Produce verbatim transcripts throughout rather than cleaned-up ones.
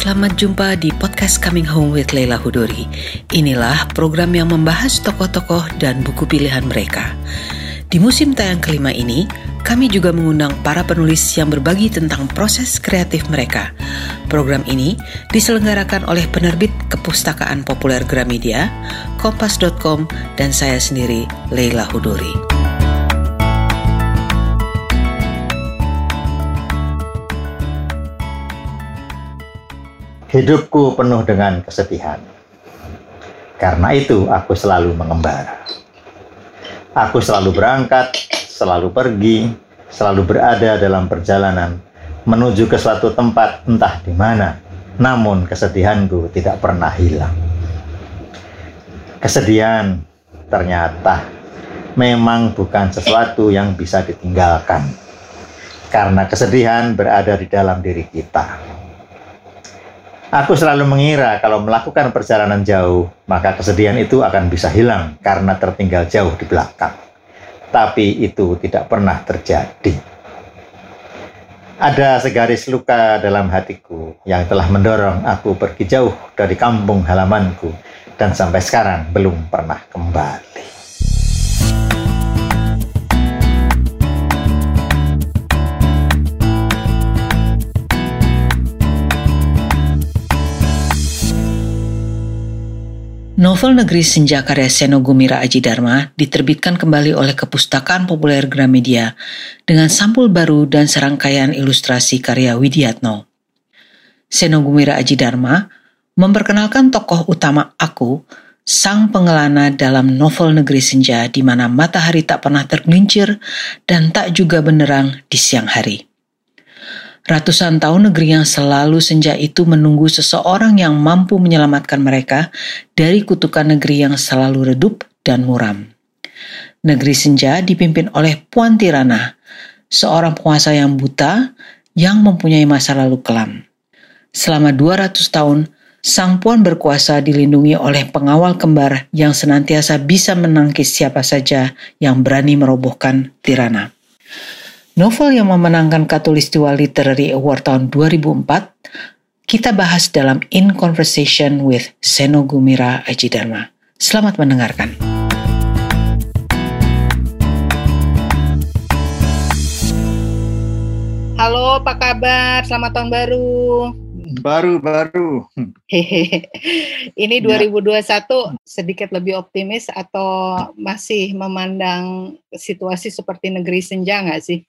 selamat jumpa di podcast Coming Home with Leila Hudori. Inilah program yang membahas tokoh-tokoh dan buku pilihan mereka. Di musim tayang kelima ini, kami juga mengundang para penulis yang berbagi tentang proses kreatif mereka. Program ini diselenggarakan oleh penerbit Kepustakaan Populer Gramedia, Kompas dot com, dan saya sendiri, Leila Hudori. Hidupku penuh dengan kesedihan. Karena itu aku selalu mengembara. Aku selalu berangkat, selalu pergi, selalu berada dalam perjalanan menuju ke suatu tempat entah di mana. Namun kesedihanku tidak pernah hilang. Kesedihan ternyata memang bukan sesuatu yang bisa ditinggalkan. Karena kesedihan berada di dalam diri kita. Aku selalu mengira kalau melakukan perjalanan jauh, maka kesedihan itu akan bisa hilang karena tertinggal jauh di belakang. Tapi itu tidak pernah terjadi. Ada segaris luka dalam hatiku yang telah mendorong aku pergi jauh dari kampung halamanku dan sampai sekarang belum pernah kembali. Novel Negeri Senja karya Seno Gumira Aji Dharma diterbitkan kembali oleh Kepustakaan Populer Gramedia dengan sampul baru dan serangkaian ilustrasi karya Widiatno. Seno Gumira Aji Dharma memperkenalkan tokoh utama Aku, sang pengelana dalam novel Negeri Senja di mana matahari tak pernah tergelincir dan tak juga benderang di siang hari. Ratusan tahun negeri yang selalu senja itu menunggu seseorang yang mampu menyelamatkan mereka dari kutukan negeri yang selalu redup dan muram. Negeri Senja dipimpin oleh Puan Tirana, seorang penguasa yang buta yang mempunyai masa lalu kelam. Selama dua ratus tahun, Sang Puan berkuasa dilindungi oleh pengawal kembar yang senantiasa bisa menangkis siapa saja yang berani merobohkan Tirana. Novel yang memenangkan Khatulistiwa Literary Award tahun dua ribu empat, kita bahas dalam In Conversation with Seno Gumira Aji Dharma. Selamat mendengarkan. Halo, apa kabar? Selamat tahun baru. Baru-baru. Hehehe. Ini dua ribu dua puluh satu sedikit lebih optimis atau masih memandang situasi seperti negeri senja nggak sih?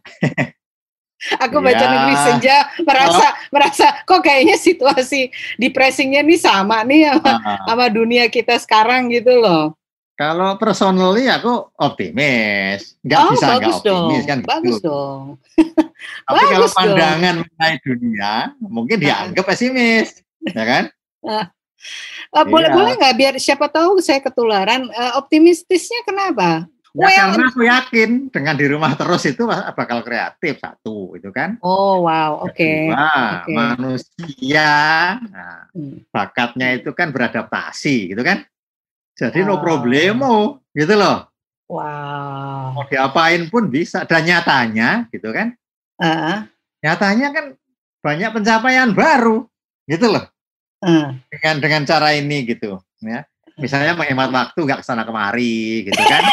Aku baca ya. Negeri Senja merasa oh. merasa kok kayaknya situasi depressingnya nih sama nih sama, uh. sama dunia kita sekarang gitu loh. Kalau personally aku optimis, nggak oh, bisa nggak optimis dong. kan? Bagus gitu. dong. Tapi bagus kalau pandangan dong. mengenai dunia mungkin dianggap pesimis, ya kan? Uh. Uh, boleh iya. boleh nggak biar siapa tahu saya ketularan uh, optimistisnya kenapa? Ya well, karena aku yakin dengan di rumah terus itu bakal kreatif satu itu kan. Oh wow, oke. Okay. Kedua, okay. manusia nah, hmm. bakatnya itu kan beradaptasi gitu kan. Jadi wow. no problemo gitu loh. Wow. Mau diapain pun bisa dan nyatanya gitu kan. Uh. Nyatanya kan banyak pencapaian baru gitu loh. Uh. Dengan dengan cara ini gitu ya. Misalnya menghemat waktu nggak kesana kemari gitu kan.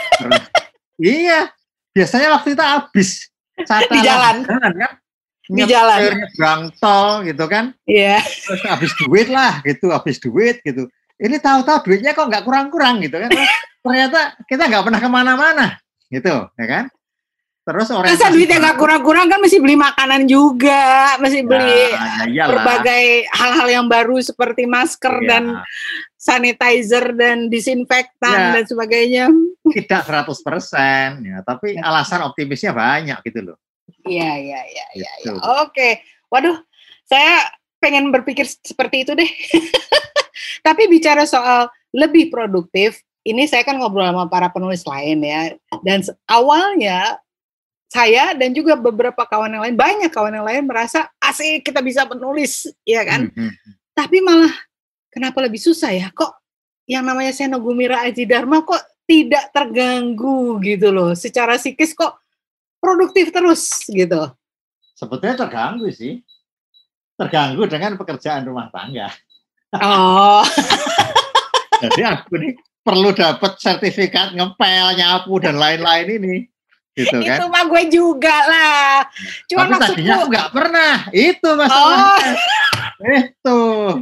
Iya, biasanya waktu itu habis saat di jalan, kan? Di jalan, gang tol gitu kan? Iya. Yeah. Terus habis duit lah, gitu, habis duit gitu. Ini tahu-tahu duitnya kok nggak kurang-kurang gitu kan? Ternyata kita nggak pernah kemana-mana, gitu, ya kan? Terus orang masa duitnya nggak kurang-kurang kan mesti beli makanan juga, mesti beli ya, berbagai hal-hal yang baru seperti masker ya. Dan sanitizer dan disinfektan ya, dan sebagainya. Tidak seratus persen ya, tapi alasan optimisnya banyak gitu loh. Iya, iya, iya, iya. Ya. Oke. Waduh, saya pengen berpikir seperti itu deh. Tapi bicara soal lebih produktif, ini saya kan ngobrol sama para penulis lain ya. Dan awalnya saya dan juga beberapa kawan yang lain, banyak kawan yang lain merasa asik kita bisa menulis, ya kan? Mm-hmm. Tapi malah kenapa lebih susah ya? Kok yang namanya Seno Gumira Aji Dharma kok tidak terganggu gitu loh. Secara psikis kok produktif terus gitu. Sebetulnya terganggu sih. terganggu dengan pekerjaan rumah tangga. Oh. Jadi aku nih perlu dapat sertifikat ngepel, nyapu dan lain-lain ini, gitu kan? Itu mah gue juga lah. Cuma tapi maksudku, tadinya aku nggak pernah. Itu masalahnya. Oh. Itu.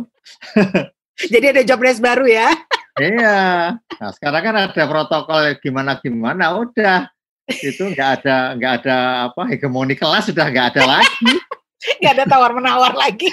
Jadi ada job desk baru ya? Iya. Nah sekarang kan ada protokol gimana-gimana, udah itu nggak ada nggak ada apa hegemoni kelas sudah nggak ada lagi. Nggak ada tawar menawar lagi.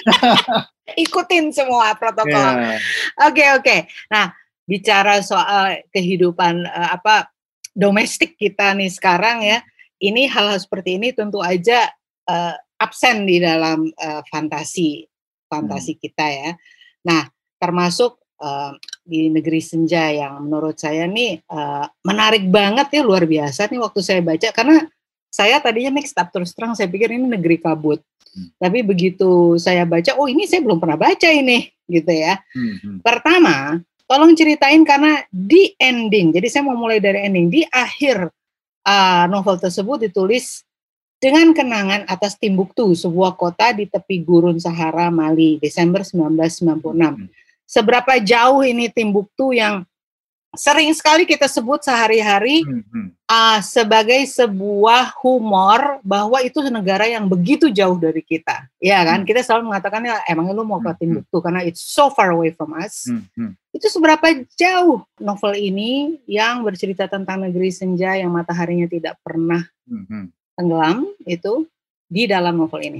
Ikutin semua protokol. Yeah. Oke okay, oke. Okay. Nah bicara soal kehidupan uh, apa domestik kita nih sekarang ya, ini hal-hal seperti ini tentu aja uh, absen di dalam uh, fantasi fantasi hmm. kita ya. Nah termasuk uh, di Negeri Senja yang menurut saya nih uh, menarik banget ya, luar biasa nih waktu saya baca, karena saya tadinya mixed up terus terang, saya pikir ini negeri kabut. Hmm. Tapi begitu saya baca, oh ini saya belum pernah baca ini, gitu ya. Hmm. Pertama, tolong ceritain karena di ending, jadi saya mau mulai dari ending, di akhir uh, novel tersebut ditulis dengan kenangan atas Timbuktu, sebuah kota di tepi gurun Sahara, Mali, Desember sembilan belas sembilan puluh enam. Hmm. Seberapa jauh ini Timbuktu yang sering sekali kita sebut sehari-hari hmm. uh, sebagai sebuah humor bahwa itu negara yang begitu jauh dari kita, ya kan? Hmm. Kita selalu mengatakan ya emang lu mau ke Timbuktu hmm. karena it's so far away from us. Hmm. Itu seberapa jauh novel ini yang bercerita tentang negeri senja yang mataharinya tidak pernah hmm. tenggelam itu di dalam novel ini?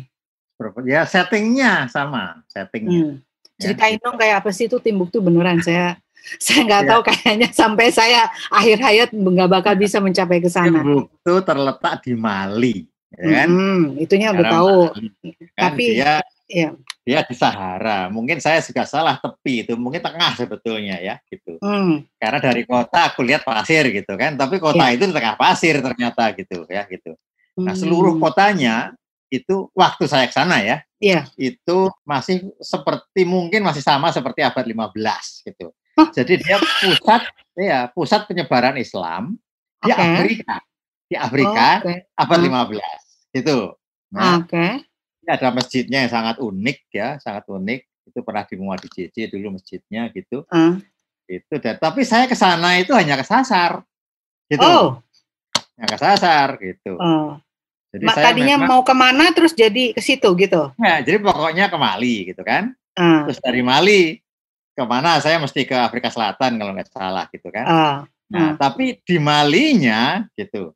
Ya settingnya sama, settingnya. Hmm. Ceritain ya, dong kayak apa sih itu Timbuktu beneran, saya saya nggak ya. tahu, kayaknya sampai saya akhir hayat nggak bakal bisa mencapai ke sana. Timbuktu terletak di Mali, ya kan? Hmm, itunya udah tahu. Mali, kan? Tapi dia, ya. dia di Sahara. Mungkin saya juga salah tepi itu, mungkin tengah sebetulnya ya, gitu. Hmm. Karena dari kota aku lihat pasir gitu kan, tapi kota ya. itu di tengah pasir ternyata gitu ya, gitu. Nah seluruh kotanya itu waktu saya ke sana ya, ya, itu masih seperti mungkin masih sama seperti abad lima belas gitu. Huh? Jadi dia pusat ya pusat penyebaran Islam di okay. Afrika, di Afrika oh, okay. abad lima belas gitu. Nah, okay. ada masjidnya yang sangat unik ya, sangat unik. Itu pernah dimuat di J J dulu masjidnya gitu. Uh. Itu dan tapi saya ke sana itu hanya kesasar gitu. Oh. Hanya kesasar gitu. Oh. Jadi Ma, saya tadinya memang, mau kemana terus jadi ke situ gitu? Ya, jadi pokoknya ke Mali gitu kan. Uh. Terus dari Mali kemana? Saya mesti ke Afrika Selatan kalau nggak salah gitu kan. Uh. Nah, uh. tapi di Malinya gitu,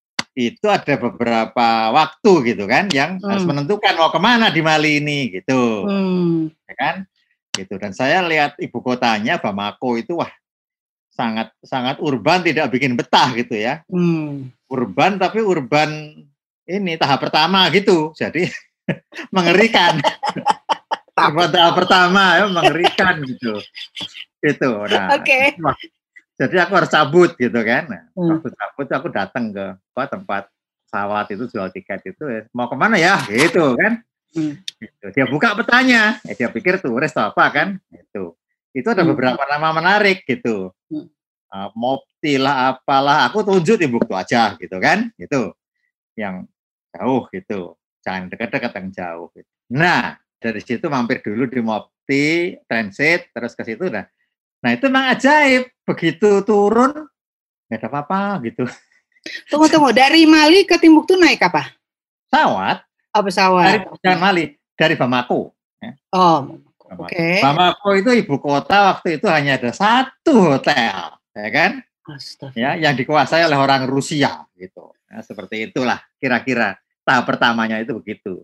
itu ada beberapa waktu gitu kan yang hmm. harus menentukan mau kemana di Mali ini gitu, hmm. ya kan? Gitu. Dan saya lihat ibu kotanya Bamako itu wah sangat sangat urban, tidak bikin betah gitu ya. Hmm. Urban tapi urban ini tahap pertama gitu, jadi mengerikan. Urban tahap pertama ya mengerikan gitu, gitu. Nah, okay. jadi aku harus cabut gitu kan. Nah, hmm. waktu cabut aku datang ke apa, tempat pesawat itu jual tiket itu, ya, mau kemana ya, gitu kan. Hmm. Gitu. Dia buka petanya, ya, dia pikir turis atau apa kan, itu. Itu ada hmm. beberapa nama menarik gitu. Hmm. Uh, Mopti lah, apalah, aku tunjuk Timbuktu aja gitu kan, gitu. Yang jauh gitu, jangan dekat-dekat yang jauh. Gitu. Nah, dari situ mampir dulu di Mopti, transit, terus ke situ dah. Nah itu memang ajaib, begitu turun nggak ada apa-apa gitu. Tunggu tunggu, dari Mali ke Timbuktu naik apa? Pesawat. Oh pesawat. Dari okay. Mali, dari Bamako. Ya. Oh, oke. Okay. Bamako itu ibu kota waktu itu hanya ada satu hotel, ya kan? Astaga. Ya, yang dikuasai oleh orang Rusia gitu. Nah, seperti itulah kira-kira tahap pertamanya itu begitu.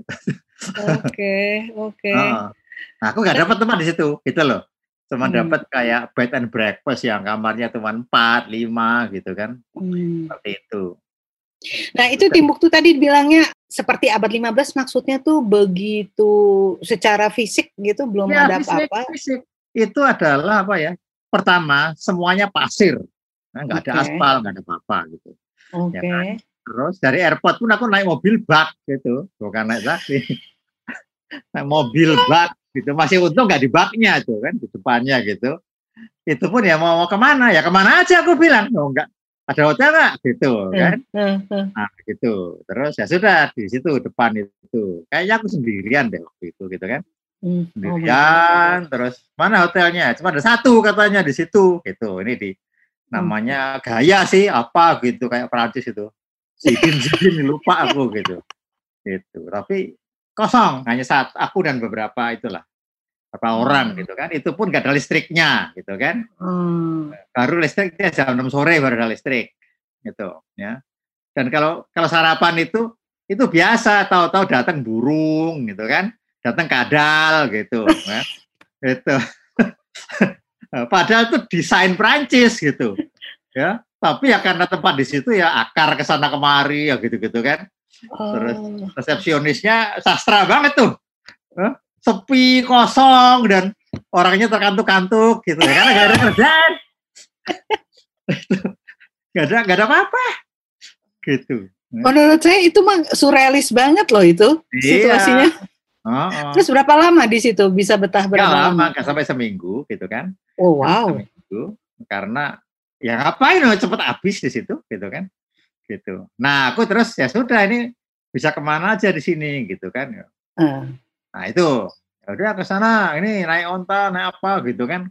Oke, oke. Nah, aku nggak dapat tempat di situ, gitu loh. Cuma hmm. dapat kayak bed and breakfast yang kamarnya cuma empat, lima gitu kan. Hmm. Seperti itu. Nah, itu Timbuktu tadi bilangnya seperti abad lima belas, maksudnya tuh begitu secara fisik gitu, belum ya, ada apa-apa. Fisik itu adalah apa ya? Pertama, semuanya pasir. Nah, nggak okay. ada aspal, nggak ada apa-apa gitu. Oke. Okay. Ya kan? Terus dari airport pun aku naik mobil bak gitu, bukan naik taksi. Naik mobil bak gitu, masih untung nggak di baknya tuh kan, di depannya gitu. Itu pun ya mau, mau kemana ya kemana aja aku bilang, oh enggak, ada hotel nggak gitu kan. Uh, uh. Nah gitu, terus ya sudah di situ depan itu, kayaknya aku sendirian deh waktu itu gitu kan. Hmm. Sendirian, oh, terus mana hotelnya? Cuma ada satu katanya di situ, gitu. Ini di namanya Gaya sih, apa gitu kayak Perancis itu. Sidin Sidin lupa aku gitu, gitu. Tapi kosong, hanya saat aku dan beberapa itulah, beberapa hmm. orang gitu kan. Itu pun gak ada listriknya, gitu kan. Hmm. Baru listriknya jam enam sore baru ada listrik, gitu ya. Dan kalau kalau sarapan itu itu biasa, tahu-tahu datang burung, gitu kan. Datang kadal gitu, kan? Gitu. Padahal itu desain Prancis gitu, ya. Tapi ya karena tempat di situ ya akar ke sana kemari ya gitu-gitu kan. Terus resepsionisnya sastra banget tuh, huh? Sepi, kosong dan orangnya terkantuk-kantuk gitu, ya. Karena gak ada kerjaan, gak ada gak ada apa-apa, gitu. Menurut saya itu mah surrealis banget loh itu situasinya. Iya. Oh, oh. Terus berapa lama di situ bisa betah berapa gak lama? lama? Gak sampai seminggu gitu kan? Oh wow. Seminggu, karena ya ngapain loh cepet habis di situ gitu kan? Gitu. Nah aku terus ya sudah ini bisa kemana aja di sini gitu kan? Uh. Nah itu ya udah ke sana ini naik onta naik apa gitu kan?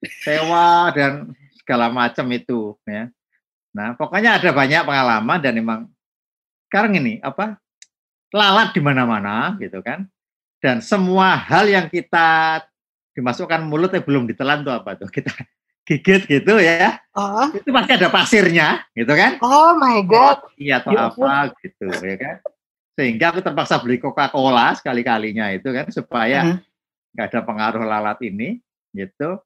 Sewa dan segala macam itu ya. Nah pokoknya ada banyak pengalaman dan emang sekarang ini apa lalat di mana-mana gitu kan? Dan semua hal yang kita dimasukkan mulut yang belum ditelan tuh apa tuh kita gigit gitu ya, oh. Itu pasti ada pasirnya gitu kan. Oh my god. Iya atau ya, apa pun. Gitu ya kan. Sehingga aku terpaksa beli Coca-Cola sekali-kalinya itu kan supaya nggak uh-huh. ada pengaruh lalat ini gitu.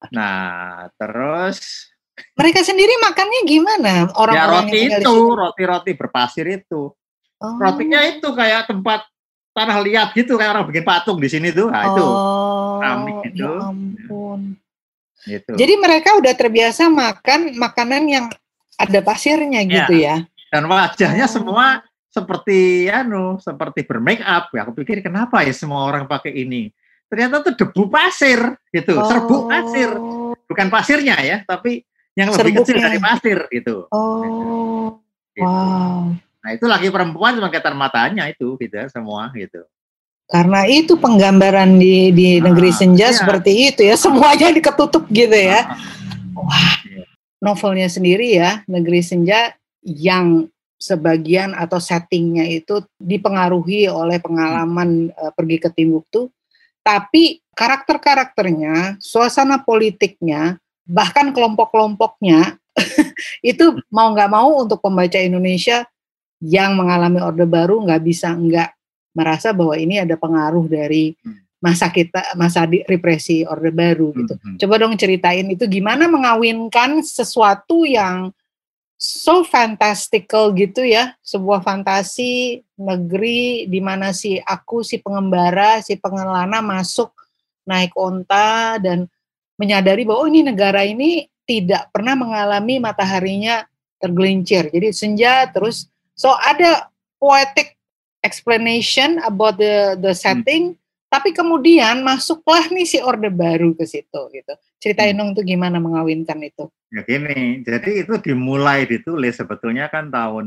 Nah terus mereka sendiri makannya gimana? Orang-orang ya, roti itu roti-roti berpasir itu. Oh. Rotinya itu kayak tempat tanah liat gitu kayak orang bikin patung di sini tuh, nah, itu keramik oh, gitu. Ya ampun. Gitu. Jadi mereka udah terbiasa makan makanan yang ada pasirnya gitu ya. ya. Dan wajahnya oh. semua seperti anu, seperti bermake up. Ya, aku pikir kenapa ya semua orang pakai ini? Ternyata tuh debu pasir gitu, oh. serbuk pasir. Bukan pasirnya ya, tapi yang lebih Serbuknya. Kecil dari pasir gitu. Oh. Gitu. Wow. Nah itu lagi perempuan cuma ketar matanya itu gitu semua gitu. Karena itu penggambaran di di ah, negeri senja iya. Seperti itu ya, semuanya diketutup gitu ya. Ah, wah, iya. Novelnya sendiri ya, Negeri Senja yang sebagian atau settingnya itu dipengaruhi oleh pengalaman hmm. uh, pergi ke Timbuktu, tapi karakter-karakternya, suasana politiknya, bahkan kelompok-kelompoknya itu mau nggak mau untuk pembaca Indonesia yang mengalami Orde Baru nggak bisa nggak merasa bahwa ini ada pengaruh dari masa kita masa di, represi Orde Baru gitu. Mm-hmm. Coba dong ceritain itu gimana mengawinkan sesuatu yang so fantastical gitu ya, sebuah fantasi negeri di mana si aku si pengembara si pengelana masuk naik onta dan menyadari bahwa oh, ini negara ini tidak pernah mengalami mataharinya tergelincir. Jadi senja terus so ada poetic explanation about the the setting, hmm. tapi kemudian masuklah nih si Orde Baru ke situ gitu. Ceritain dong tuh gimana mengawinkan itu. Ya gini, jadi itu dimulai ditulis sebetulnya kan tahun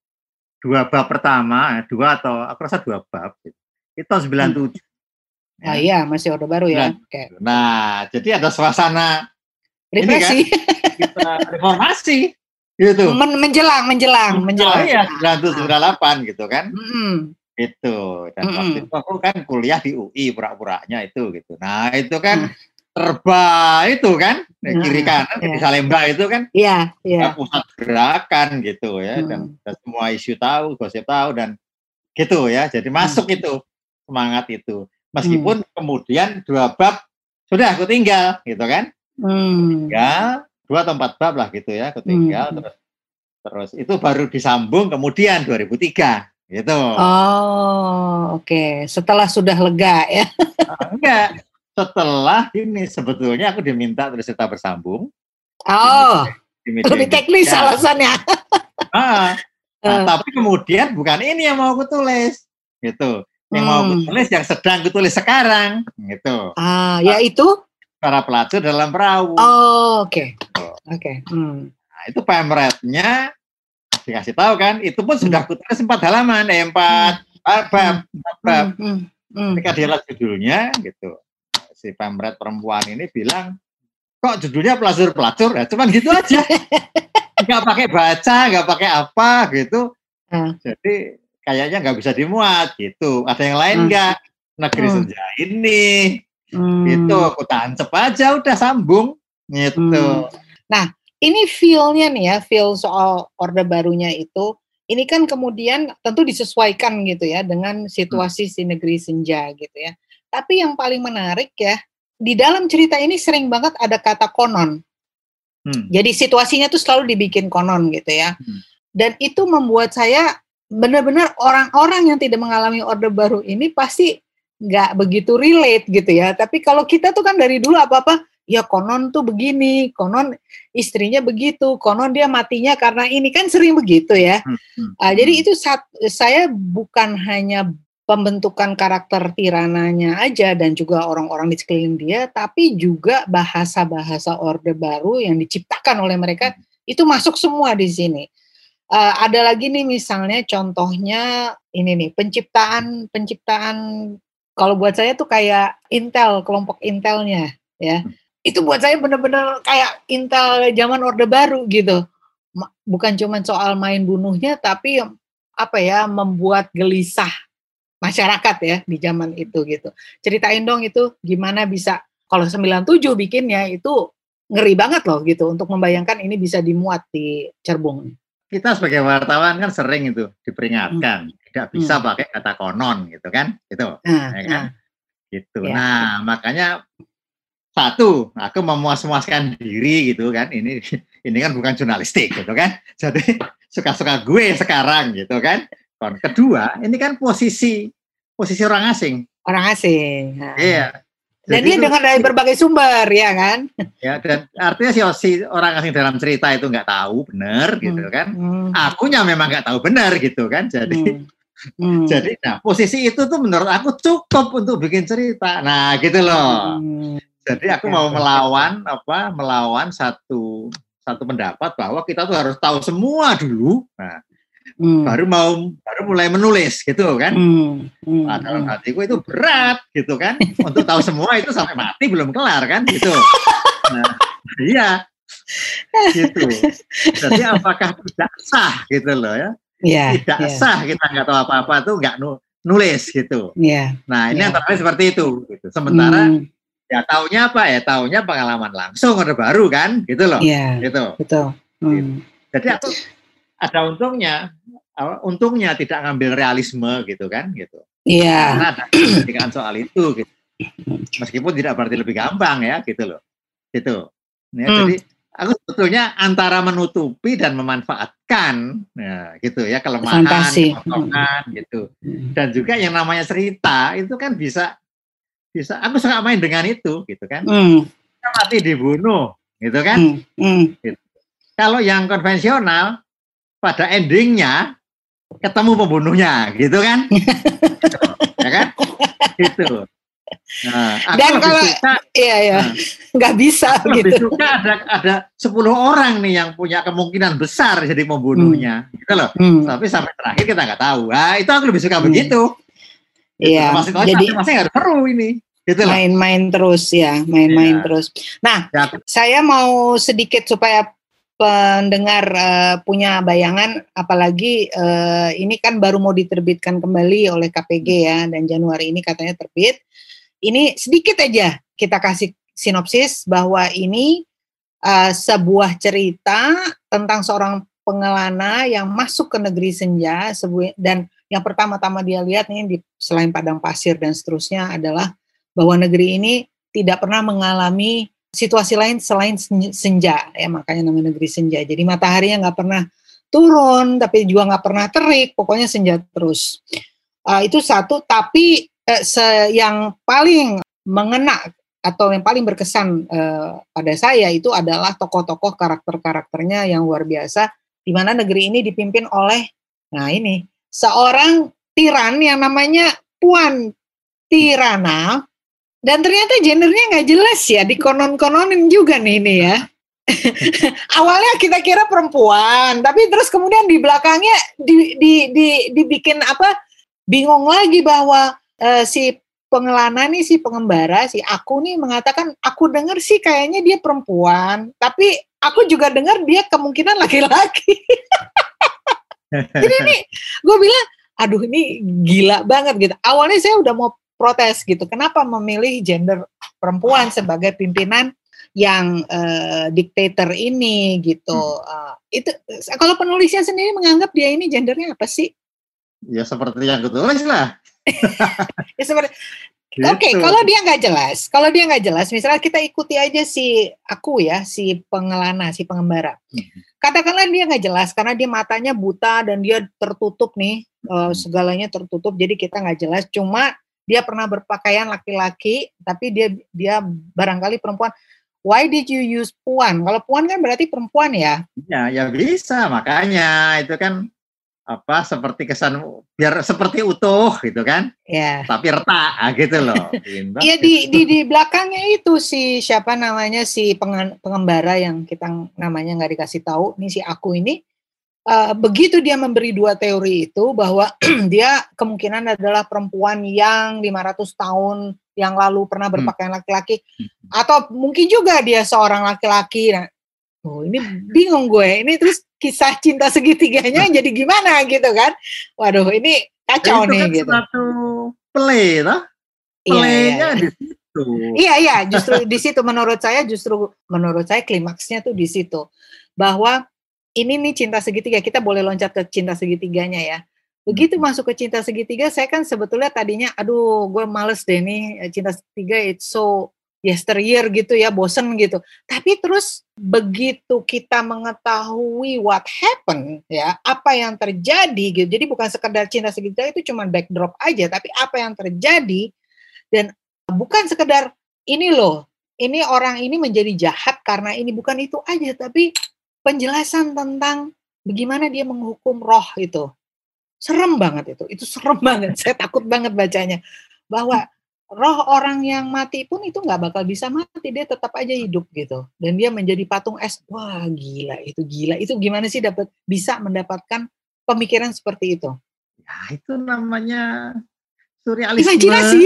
dua bab pertama, dua atau aku rasa dua bab gitu. Itu tahun sembilan puluh tujuh. Hmm. Ya. Ah iya, masih Orde Baru ya. Nah, okay. nah jadi ada suasana represi, kan, kita reformasi. Gitu. Men- menjelang, menjelang, menjelang. Oh iya, sembilan puluh tujuh, sembilan puluh delapan gitu kan. Mm-hmm. Itu. Dan mm-hmm. waktu itu aku kan kuliah di U I pura-puranya itu gitu. Nah itu kan mm. terba itu kan, mm. kiri kanan yeah. di Salemba itu kan. Iya, yeah, yeah. pusat gerakan gitu ya. Mm. Dan, dan semua isu tahu, gosip tahu dan gitu ya. Jadi masuk mm. itu, semangat itu. Meskipun mm. kemudian dua bab, sudah aku tinggal gitu kan. Mm. Tinggal. Dua atau empat bab lah gitu ya, ketinggal hmm. terus terus itu baru disambung kemudian dua ribu tiga gitu. Oh, oke. Okay. Setelah sudah lega ya? Nah, enggak. Setelah ini sebetulnya aku diminta tulis cerita bersambung. Oh, di media, di lebih teknis ya. Alasannya. Nah, nah, uh. tapi kemudian bukan ini yang mau aku tulis, gitu. Yang hmm. mau aku tulis yang sedang aku tulis sekarang, gitu. Ah, yaitu? Para pelacur dalam perahu. Oh, oke. Okay. Oke. Okay. Hmm. Nah, itu pamretnya dikasih tahu kan, itu pun sudah kutulis empat halaman, eh, empat bab, empat bab. Ketika dia lihat judulnya gitu, si pamret perempuan ini bilang, kok judulnya pelacur-pelacur ya, cuman gitu aja, nggak pakai baca, nggak pakai apa gitu, hmm. jadi kayaknya nggak bisa dimuat gitu. Ada yang lain nggak? Hmm. Negeri hmm. Senja ini, hmm. gitu, aku tancep aja, udah sambung gitu. Hmm. Nah, ini feel-nya nih ya, feel soal Orde Barunya itu, ini kan kemudian tentu disesuaikan gitu ya dengan situasi hmm. si Negeri Senja gitu ya. Tapi yang paling menarik ya, di dalam cerita ini sering banget ada kata konon. Hmm. Jadi situasinya tuh selalu dibikin konon gitu ya. Hmm. Dan itu membuat saya benar-benar orang-orang yang tidak mengalami Orde Baru ini pasti nggak begitu relate gitu ya. Tapi kalau kita tuh kan dari dulu apa-apa, ya konon tuh begini, konon istrinya begitu, konon dia matinya karena ini, kan sering begitu ya. Hmm. Hmm. Uh, jadi itu saat, saya bukan hanya pembentukan karakter tirananya aja dan juga orang-orang di sekeliling dia, tapi juga bahasa-bahasa Orde Baru yang diciptakan oleh mereka itu masuk semua di sini. Uh, ada lagi nih misalnya contohnya ini nih penciptaan penciptaan kalau buat saya tuh kayak Intel, kelompok Intelnya ya. Itu buat saya benar-benar kayak Intel zaman Orde Baru gitu. Bukan cuma soal main bunuhnya, tapi apa ya, membuat gelisah masyarakat ya di zaman itu gitu. Ceritain dong itu gimana bisa, kalau sembilan puluh tujuh bikinnya itu ngeri banget loh gitu, untuk membayangkan ini bisa dimuat di Cerbung. Kita sebagai wartawan kan sering itu diperingatkan, hmm. tidak bisa hmm. pakai kata konon gitu kan, gitu. Nah, ya kan? Nah. Gitu. Ya. Nah, makanya satu, aku memuas-muaskan diri gitu kan, ini ini kan bukan jurnalistik gitu kan, jadi suka-suka gue sekarang gitu kan. Kedua, ini kan posisi posisi orang asing. Orang asing. Nah. Iya. Dan dia dengar dari berbagai sumber, ya kan? Ya, dan artinya si, si orang asing dalam cerita itu nggak tahu benar, hmm. gitu kan. Hmm. Akunya memang nggak tahu benar gitu kan. Jadi, hmm. Hmm. jadi, nah posisi itu tuh menurut aku cukup untuk bikin cerita. Nah, gitu loh. Hmm. Jadi aku mau melawan apa? Melawan satu satu pendapat bahwa kita tuh harus tahu semua dulu. Nah. Hmm. baru mau baru mulai menulis gitu kan. Hmm. Hmm. Nah, dalam hatiku itu berat gitu kan, untuk tahu semua itu sampai mati belum kelar kan gitu. Nah, iya gitu. Jadi apakah tidak sah gitu loh ya? Yeah, tidak yeah. sah, kita nggak tahu apa-apa tuh nggak nulis gitu. Yeah, nah ini yeah. antara lain seperti itu. Gitu. Sementara hmm. ya taunya apa ya? Taunya pengalaman langsung Orde Baru kan, gitu loh. Yeah, gitu. Betul. Hmm. Gitu. Jadi aku ada untungnya, untungnya tidak ngambil realisme gitu kan, gitu. Iya. Yeah. Karena ada kepentingan soal itu, gitu. Meskipun tidak berarti lebih gampang ya, gitu loh, gitu. Ya, hmm. Jadi aku sebetulnya antara menutupi dan memanfaatkan, ya, gitu ya, kelemahan, kepotongan, hmm. gitu. Dan juga yang namanya cerita itu kan bisa, bisa. Aku suka main dengan itu, gitu kan. Hmm. Kita mati dibunuh, gitu kan. Hmm. Hmm. Gitu. Kalau yang konvensional, pada endingnya ketemu pembunuhnya, gitu kan? Ya kan? Gitu. Nah, aku dan kalau suka, iya ya, nggak nah, bisa aku gitu. Lebih suka ada ada sepuluh orang nih yang punya kemungkinan besar jadi pembunuhnya, hmm. gitu loh. Hmm. Tapi sampai terakhir kita nggak tahu. Nah, itu aku lebih suka hmm. begitu. Iya. Gitu. Jadi masih harus seru ini. Gitu main-main terus ya, main-main ya. terus. Nah, ya. Saya mau sedikit supaya pendengar uh, punya bayangan, apalagi uh, ini kan baru mau diterbitkan kembali oleh K P G ya, dan Januari ini katanya terbit. Ini sedikit aja kita kasih sinopsis bahwa ini uh, sebuah cerita tentang seorang pengelana yang masuk ke negeri senja, dan yang pertama-tama dia lihat nih di selain padang pasir dan seterusnya adalah bahwa negeri ini tidak pernah mengalami situasi lain selain senja, ya makanya namanya negeri senja. Jadi mataharinya nggak pernah turun, tapi juga nggak pernah terik, pokoknya senja terus. Uh, itu satu. Tapi uh, se- yang paling mengena atau yang paling berkesan uh, pada saya itu adalah tokoh-tokoh karakter-karakternya yang luar biasa, di mana negeri ini dipimpin oleh, nah ini seorang tiran yang namanya Puan Tirana. Dan ternyata gendernya nggak jelas ya, dikonon-kononin juga nih ini ya. Awalnya kita kira perempuan, tapi terus kemudian di belakangnya di, di, di, dibikin apa? Bingung lagi bahwa uh, si pengelana nih, si pengembara, si aku nih mengatakan, aku dengar sih kayaknya dia perempuan, tapi aku juga dengar dia kemungkinan laki-laki. Jadi nih, gue bilang, aduh ini gila banget gitu. Awalnya saya udah mau protes gitu, kenapa memilih gender perempuan sebagai pimpinan yang uh, diktator ini gitu. Uh, itu kalau penulisnya sendiri menganggap dia ini gendernya apa sih? Ya seperti yang kutulis lah. Ya seperti. Gitu. Oke, okay, kalau dia nggak jelas, kalau dia nggak jelas, misalnya kita ikuti aja si aku ya, si pengelana, si pengembara. Katakanlah dia nggak jelas karena dia matanya buta dan dia tertutup nih, uh, segalanya tertutup, jadi kita nggak jelas. Cuma dia pernah berpakaian laki-laki, tapi dia dia barangkali perempuan. Why did you use puan? Kalau puan kan berarti perempuan ya? Ya, ya bisa. Makanya itu kan apa seperti kesan biar seperti utuh gitu kan? Ya. Tapi retak gitu loh. Iya di, di di belakangnya itu si siapa namanya si pengembara yang kita namanya nggak dikasih tahu. Nih si aku ini uh, begitu dia memberi dua teori itu bahwa dia kemungkinan adalah perempuan yang lima ratus tahun yang lalu pernah berpakaian laki-laki, hmm. atau mungkin juga dia seorang laki-laki. Nah, oh ini bingung gue. Ini terus kisah cinta segitiganya jadi gimana gitu kan? Waduh, ini kacau itu nih kan gitu. Satu play, toh? Playnya iya, iya. di situ. Iya, iya, justru di situ menurut saya justru menurut saya klimaksnya tuh di situ. Bahwa ini nih cinta segitiga, kita boleh loncat ke cinta segitiganya ya. Begitu masuk ke cinta segitiga, saya kan sebetulnya tadinya, aduh gue males deh nih, cinta segitiga it's so yesteryear gitu ya, bosen gitu. Tapi terus begitu kita mengetahui what happened, ya, apa yang terjadi gitu. Jadi bukan sekedar cinta segitiga itu cuma backdrop aja, tapi apa yang terjadi, dan bukan sekedar ini loh, ini orang ini menjadi jahat karena ini, bukan itu aja, tapi penjelasan tentang bagaimana dia menghukum roh itu. Serem banget itu, itu serem banget. Saya takut banget bacanya. Bahwa roh orang yang mati pun itu nggak bakal bisa mati, dia tetap aja hidup gitu. Dan dia menjadi patung es. Wah gila, itu gila. Itu gimana sih dapat bisa mendapatkan pemikiran seperti itu? Ya itu namanya surrealisme. Imajinasi.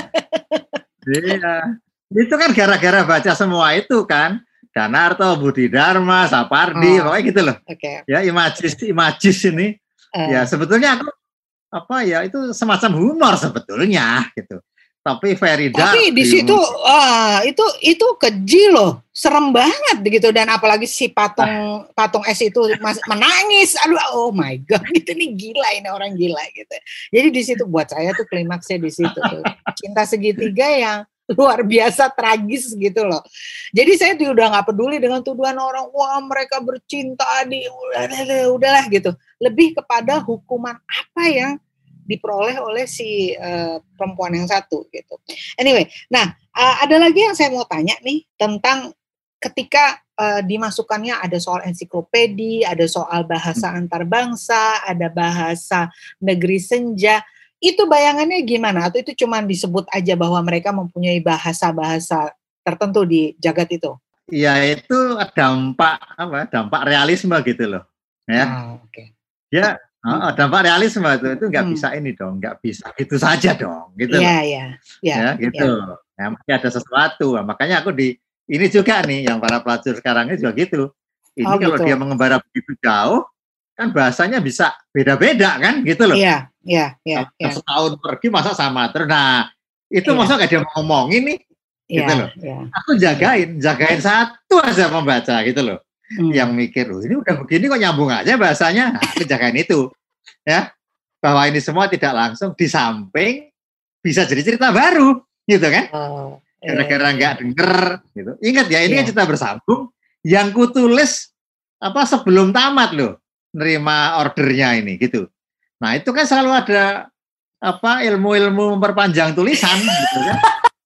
Iya. Itu kan gara-gara baca semua itu kan. Danarto, Budi Dharma, Sapardi, oh. pokoknya gitu loh. Okay. Ya imajis, imajis ini. Ya sebetulnya aku apa ya itu semacam humor sebetulnya gitu. Tapi very dark. Tapi di situ ah itu itu keji loh, serem banget gitu, dan apalagi si patung ah. patung es itu mas, menangis. Aduh, oh my god, gitu nih gila, ini orang gila gitu. Jadi di situ buat saya tuh klimaksnya di situ tuh. Cinta segitiga yang luar biasa tragis gitu loh. Jadi saya udah nggak peduli dengan tuduhan orang, wah mereka bercinta di udah udahlah gitu. Lebih kepada hukuman apa yang diperoleh oleh si uh, perempuan yang satu gitu. Anyway, nah uh, ada lagi yang saya mau tanya nih tentang ketika uh, dimasukkannya ada soal ensiklopedi, ada soal bahasa antar bangsa, ada bahasa negeri senja. Itu bayangannya gimana? Atau itu cuma disebut aja bahwa mereka mempunyai bahasa-bahasa tertentu di jagat itu? Iya, itu dampak apa? Dampak realisme gitu loh, ya. Oh, oke. Okay. Ya, oh, dampak realisme itu itu nggak hmm. bisa ini dong, nggak bisa gitu saja dong, gitu. Iya, iya, iya. Ya, gitu. Ya. Nah, ada sesuatu. Makanya aku di ini juga nih, yang para pelajar sekarang ini juga gitu. Ini oh, kalau gitu. Dia mengembara begitu jauh, kan bahasanya bisa beda-beda kan gitu loh. Iya, iya, iya. Ya. Setahun pergi masa sama terus. Nah, itu ya. Masa gak dia ngomongin nih ya, gitu loh. Ya. Aku jagain, jagain satu aja membaca gitu loh. Hmm. Yang mikir, oh, ini udah begini kok nyambung aja bahasanya. Nah, aku jagain itu. Ya. Bahwa ini semua tidak langsung di samping bisa jadi cerita baru gitu kan. Oh, gara-gara nggak ya. Denger gitu. Ingat ya, ini ya. Kan cerita bersambung yang kutulis apa sebelum tamat loh. Nerima ordernya ini gitu. Nah itu kan selalu ada apa ilmu-ilmu memperpanjang tulisan gitu kan.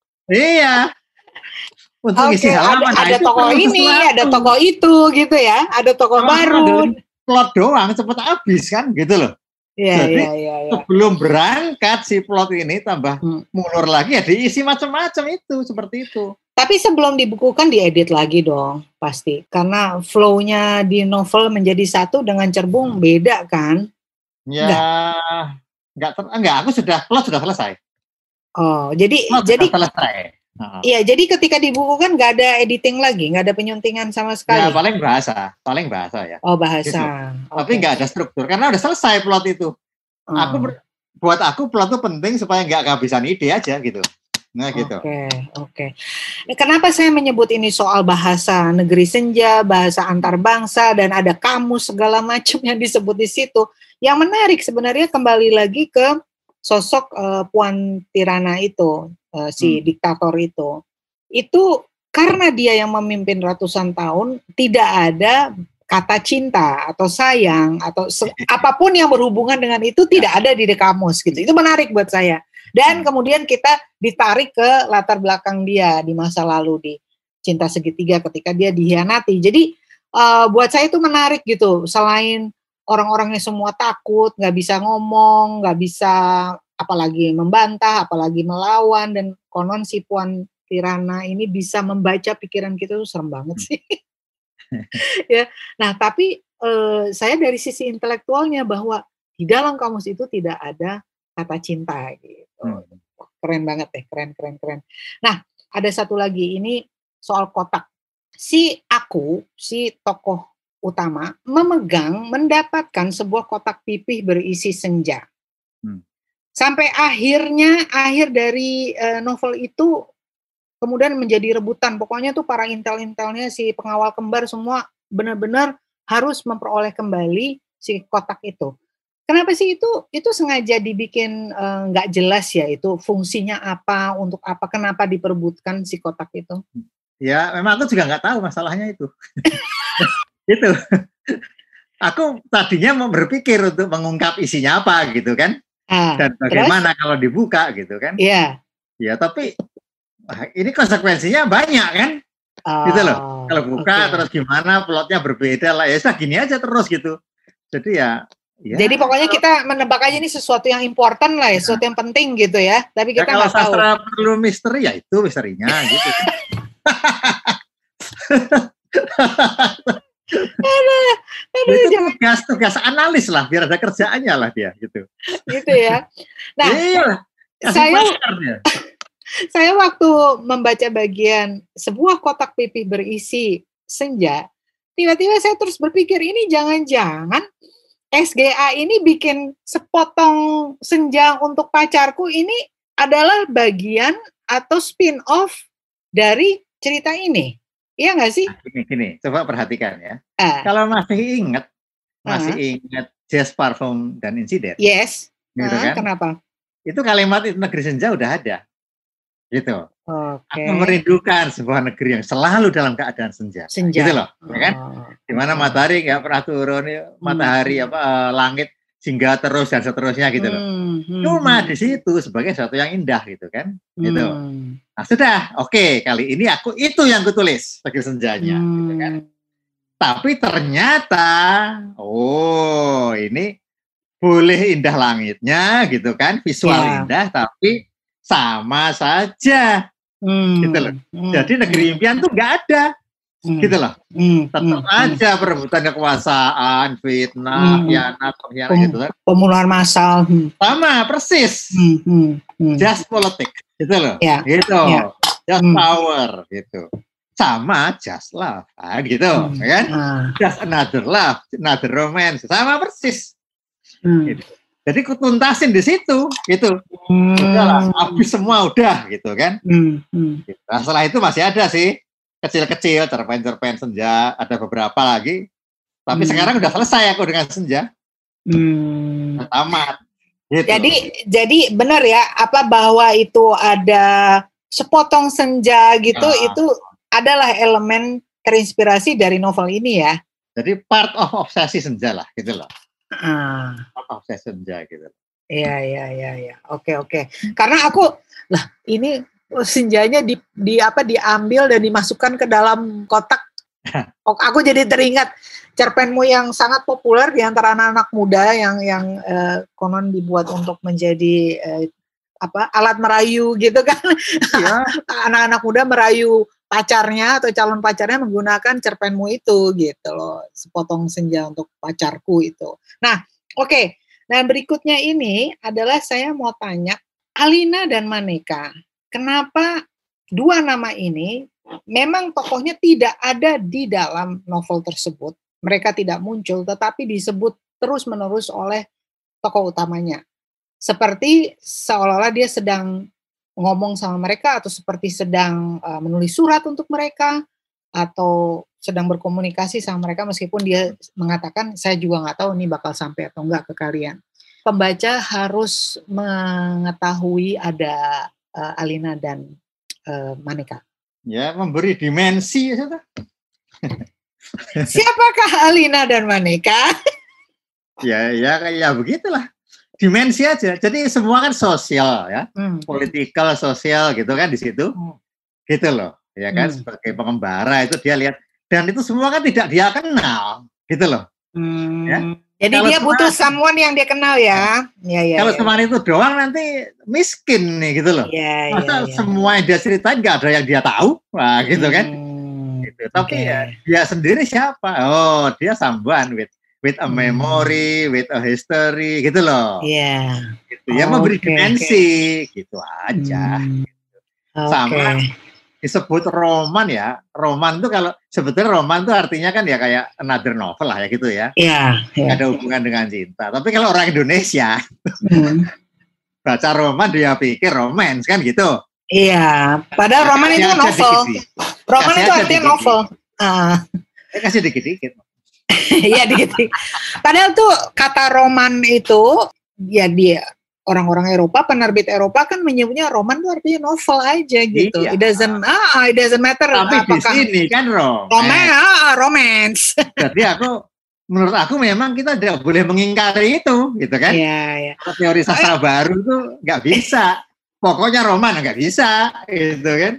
Iya. Untuk okay, isi halaman. Ada, ada tokoh ini, sesuatu. Ada tokoh itu gitu ya. Ada tokoh nah, baru. Plot doang cepet habis kan gitu loh. Iya, Jadi iya, iya, iya. sebelum berangkat si plot ini tambah hmm. mulur lagi ya diisi macam-macam itu seperti itu. Tapi sebelum dibukukan diedit lagi dong, pasti. Karena flow-nya di novel menjadi satu dengan cerbung beda kan? Ya, enggak, enggak, enggak aku sudah, plot sudah selesai. Oh, jadi Plot jadi sudah selesai. Iya, jadi ketika dibukukan nggak ada editing lagi, nggak ada penyuntingan sama sekali. Ya, paling bahasa, paling bahasa ya. Oh, bahasa. Gitu. Okay. Tapi nggak ada struktur, karena udah selesai plot itu. Oh. Aku buat aku plot itu penting supaya nggak kehabisan ide aja gitu. Nah gitu. Oke, okay, oke. Okay. Kenapa saya menyebut ini soal bahasa negeri senja, bahasa antar bangsa, dan ada kamus segala macam yang disebut di situ. Yang menarik sebenarnya kembali lagi ke sosok uh, Puan Tirana itu, uh, si hmm. diktator itu. Itu karena dia yang memimpin ratusan tahun, tidak ada kata cinta atau sayang atau se- apapun yang berhubungan dengan itu tidak ada di kamus gitu. Itu menarik buat saya. Dan kemudian kita ditarik ke latar belakang dia di masa lalu di Cinta Segitiga ketika dia dihianati. Jadi uh, buat saya itu menarik gitu. Selain orang-orangnya semua takut, nggak bisa ngomong, nggak bisa apalagi membantah, apalagi melawan, dan konon si Puan Tirana ini bisa membaca pikiran kita, tuh serem banget sih. Ya, nah tapi uh, saya dari sisi intelektualnya bahwa di dalam kamus itu tidak ada kata cinta gitu. Hmm. Keren banget deh, keren, keren, keren. Nah, ada satu lagi, ini soal kotak. Si aku, si tokoh utama, memegang, mendapatkan sebuah kotak pipih berisi senja. Hmm. Sampai akhirnya, akhir dari uh, novel itu, kemudian menjadi rebutan. Pokoknya tuh para intel-intelnya, si pengawal kembar semua benar-benar harus memperoleh kembali si kotak itu. Kenapa sih itu itu sengaja dibikin nggak uh, jelas ya, itu fungsinya apa, untuk apa, kenapa diperebutkan si kotak itu? Ya memang aku juga nggak tahu masalahnya itu. Itu. Aku tadinya mau berpikir untuk mengungkap isinya apa gitu kan, ah, dan bagaimana terus? Kalau dibuka gitu kan? Iya. Ya tapi ini konsekuensinya banyak kan? Oh, gitu loh. Kalau buka okay. Terus gimana, plotnya berbeda lah, ya sudah gini aja terus gitu. Jadi ya. Ya. Jadi pokoknya kita menebak aja ini sesuatu yang important lah ya, sesuatu yang penting gitu ya. Tapi kita nggak ya, kalau tahu. Sastra perlu misteri ya itu misterinya gitu. aduh, aduh, itu tugas tugas analis lah, biar ada kerjaannya lah dia gitu. Gitu ya. Nah, iya, saya saya waktu membaca bagian sebuah kotak pipih berisi senja, tiba-tiba saya terus berpikir ini jangan-jangan S G A ini bikin sepotong senja untuk pacarku ini adalah bagian atau spin-off dari cerita ini. Iya nggak sih? Gini, gini, coba perhatikan ya. Ah. Kalau masih ingat, masih uh-huh. ingat Jazz Parfum dan Insiden. Yes. Gitu uh, kan? Kenapa? Itu kalimat itu negeri senja udah ada. Gitu. Okay. Aku merindukan sebuah negeri yang selalu dalam keadaan senja. Senja. Gitu loh, oh. ya kan? Di mana matahari nggak pernah turun, matahari hmm. apa langit singgah terus dan seterusnya gitu loh. Hmm. Cuma di situ sebagai sesuatu yang indah gitu kan? Gitu. Hmm. Nah sudah, oke okay, kali ini aku itu yang kutulis negeri senjanya, hmm. gitu kan? Tapi ternyata, oh ini boleh indah langitnya gitu kan, visual yeah. indah, tapi sama saja. Hmm. Gitu loh. Hmm. Jadi negeri impian tuh nggak ada, hmm. gitu loh. Hmm. Tetap hmm. aja perebutan kekuasaan, fitnah, khianat, hmm. khianat Pem- gitu kan. Pembunuhan massal. Hmm. Sama persis. Hmm. Hmm. Hmm. Just politik, gitu loh. Yeah. Gitu. Yeah. Just hmm. power, gitu. Sama just love, ah, gitu, hmm. kan? Ah. Just another love, another romance, sama persis. Hmm. Gitu. Jadi kutuntasin di situ, gitu. Hmm. Udahlah, habis semua udah, gitu kan. Hmm. Hmm. Nah, setelah itu masih ada sih, kecil-kecil, cerpen-cerpen senja, ada beberapa lagi. Tapi hmm. sekarang udah selesai aku dengan senja. Hmm. Tamat. Gitu. Jadi, jadi benar ya, apa bahwa itu ada sepotong senja gitu, nah. itu adalah elemen terinspirasi dari novel ini ya. Jadi part of obsesi senja lah, gitu loh. Ah. Apa obsesi senja gitu. Iya iya iya iya. Oke oke. Karena aku lah ini senjanya di, di apa diambil dan dimasukkan ke dalam kotak. Aku jadi teringat cerpenmu yang sangat populer di antara anak-anak muda yang yang eh, konon dibuat untuk menjadi eh, apa alat merayu gitu kan. Iya. Anak-anak muda merayu pacarnya atau calon pacarnya menggunakan cerpenmu itu gitu loh. Sepotong senja untuk pacarku itu. Nah, oke. Okay. Nah, berikutnya ini adalah saya mau tanya Alina dan Maneka. Kenapa dua nama ini memang tokohnya tidak ada di dalam novel tersebut. Mereka tidak muncul, tetapi disebut terus-menerus oleh tokoh utamanya. Seperti seolah-olah dia sedang ngomong sama mereka, atau seperti sedang uh, menulis surat untuk mereka, atau sedang berkomunikasi sama mereka, meskipun dia mengatakan, saya juga nggak tahu ini bakal sampai atau enggak ke kalian. Pembaca harus mengetahui ada uh, Alina dan uh, Maneka. Ya, memberi dimensi. Siapakah Alina dan Maneka? ya, ya, ya begitulah. Dimensi aja. Jadi semua kan sosial ya, hmm. politikal, sosial gitu kan di situ, hmm. gitu loh, ya kan. Hmm. Sebagai pengembara itu dia lihat, dan itu semua kan tidak dia kenal, gitu loh. Hmm. Ya. Jadi kalau dia butuh someone yang dia kenal ya. Ya, ya kalau ya, cuma ya. itu doang nanti miskin nih gitu loh. Ya, Masa ya, ya. semua yang dia ceritain nggak ada yang dia tahu, wah gitu kan. Hmm. Gitu. Tapi Okay. ya dia sendiri siapa? Oh dia someone with with a memory, hmm. with a history, gitu loh. Iya. Yeah. Gitu. Ya oh, memberi okay, dimensi, okay. gitu aja. Hmm. Okay. Sama disebut roman ya. Roman itu kalau sebetulnya roman itu artinya kan ya kayak another novel lah ya gitu ya. Iya. Yeah, yeah. Ada hubungan dengan cinta. Tapi kalau orang Indonesia hmm. baca roman dia pikir romance kan gitu. Iya. Padahal ya, roman itu novel. Dikit-dikit. Roman kasih itu artinya dikit-dikit. Novel. Uh. Ya, kasih dikit-dikit. Iya dikit. Padahal tuh kata roman itu ya dia orang-orang Eropa, penerbit Eropa kan menyebutnya roman itu artinya novel aja gitu. Iya. It doesn't ah, it doesn't matter. Tapi apakah di sini kan romance. Romance, ah, romance. Jadi aku menurut aku memang kita tidak boleh mengingkari itu, gitu kan? Iya, iya. Teori sastra oh, baru itu nggak bisa. Pokoknya roman nggak bisa, gitu kan?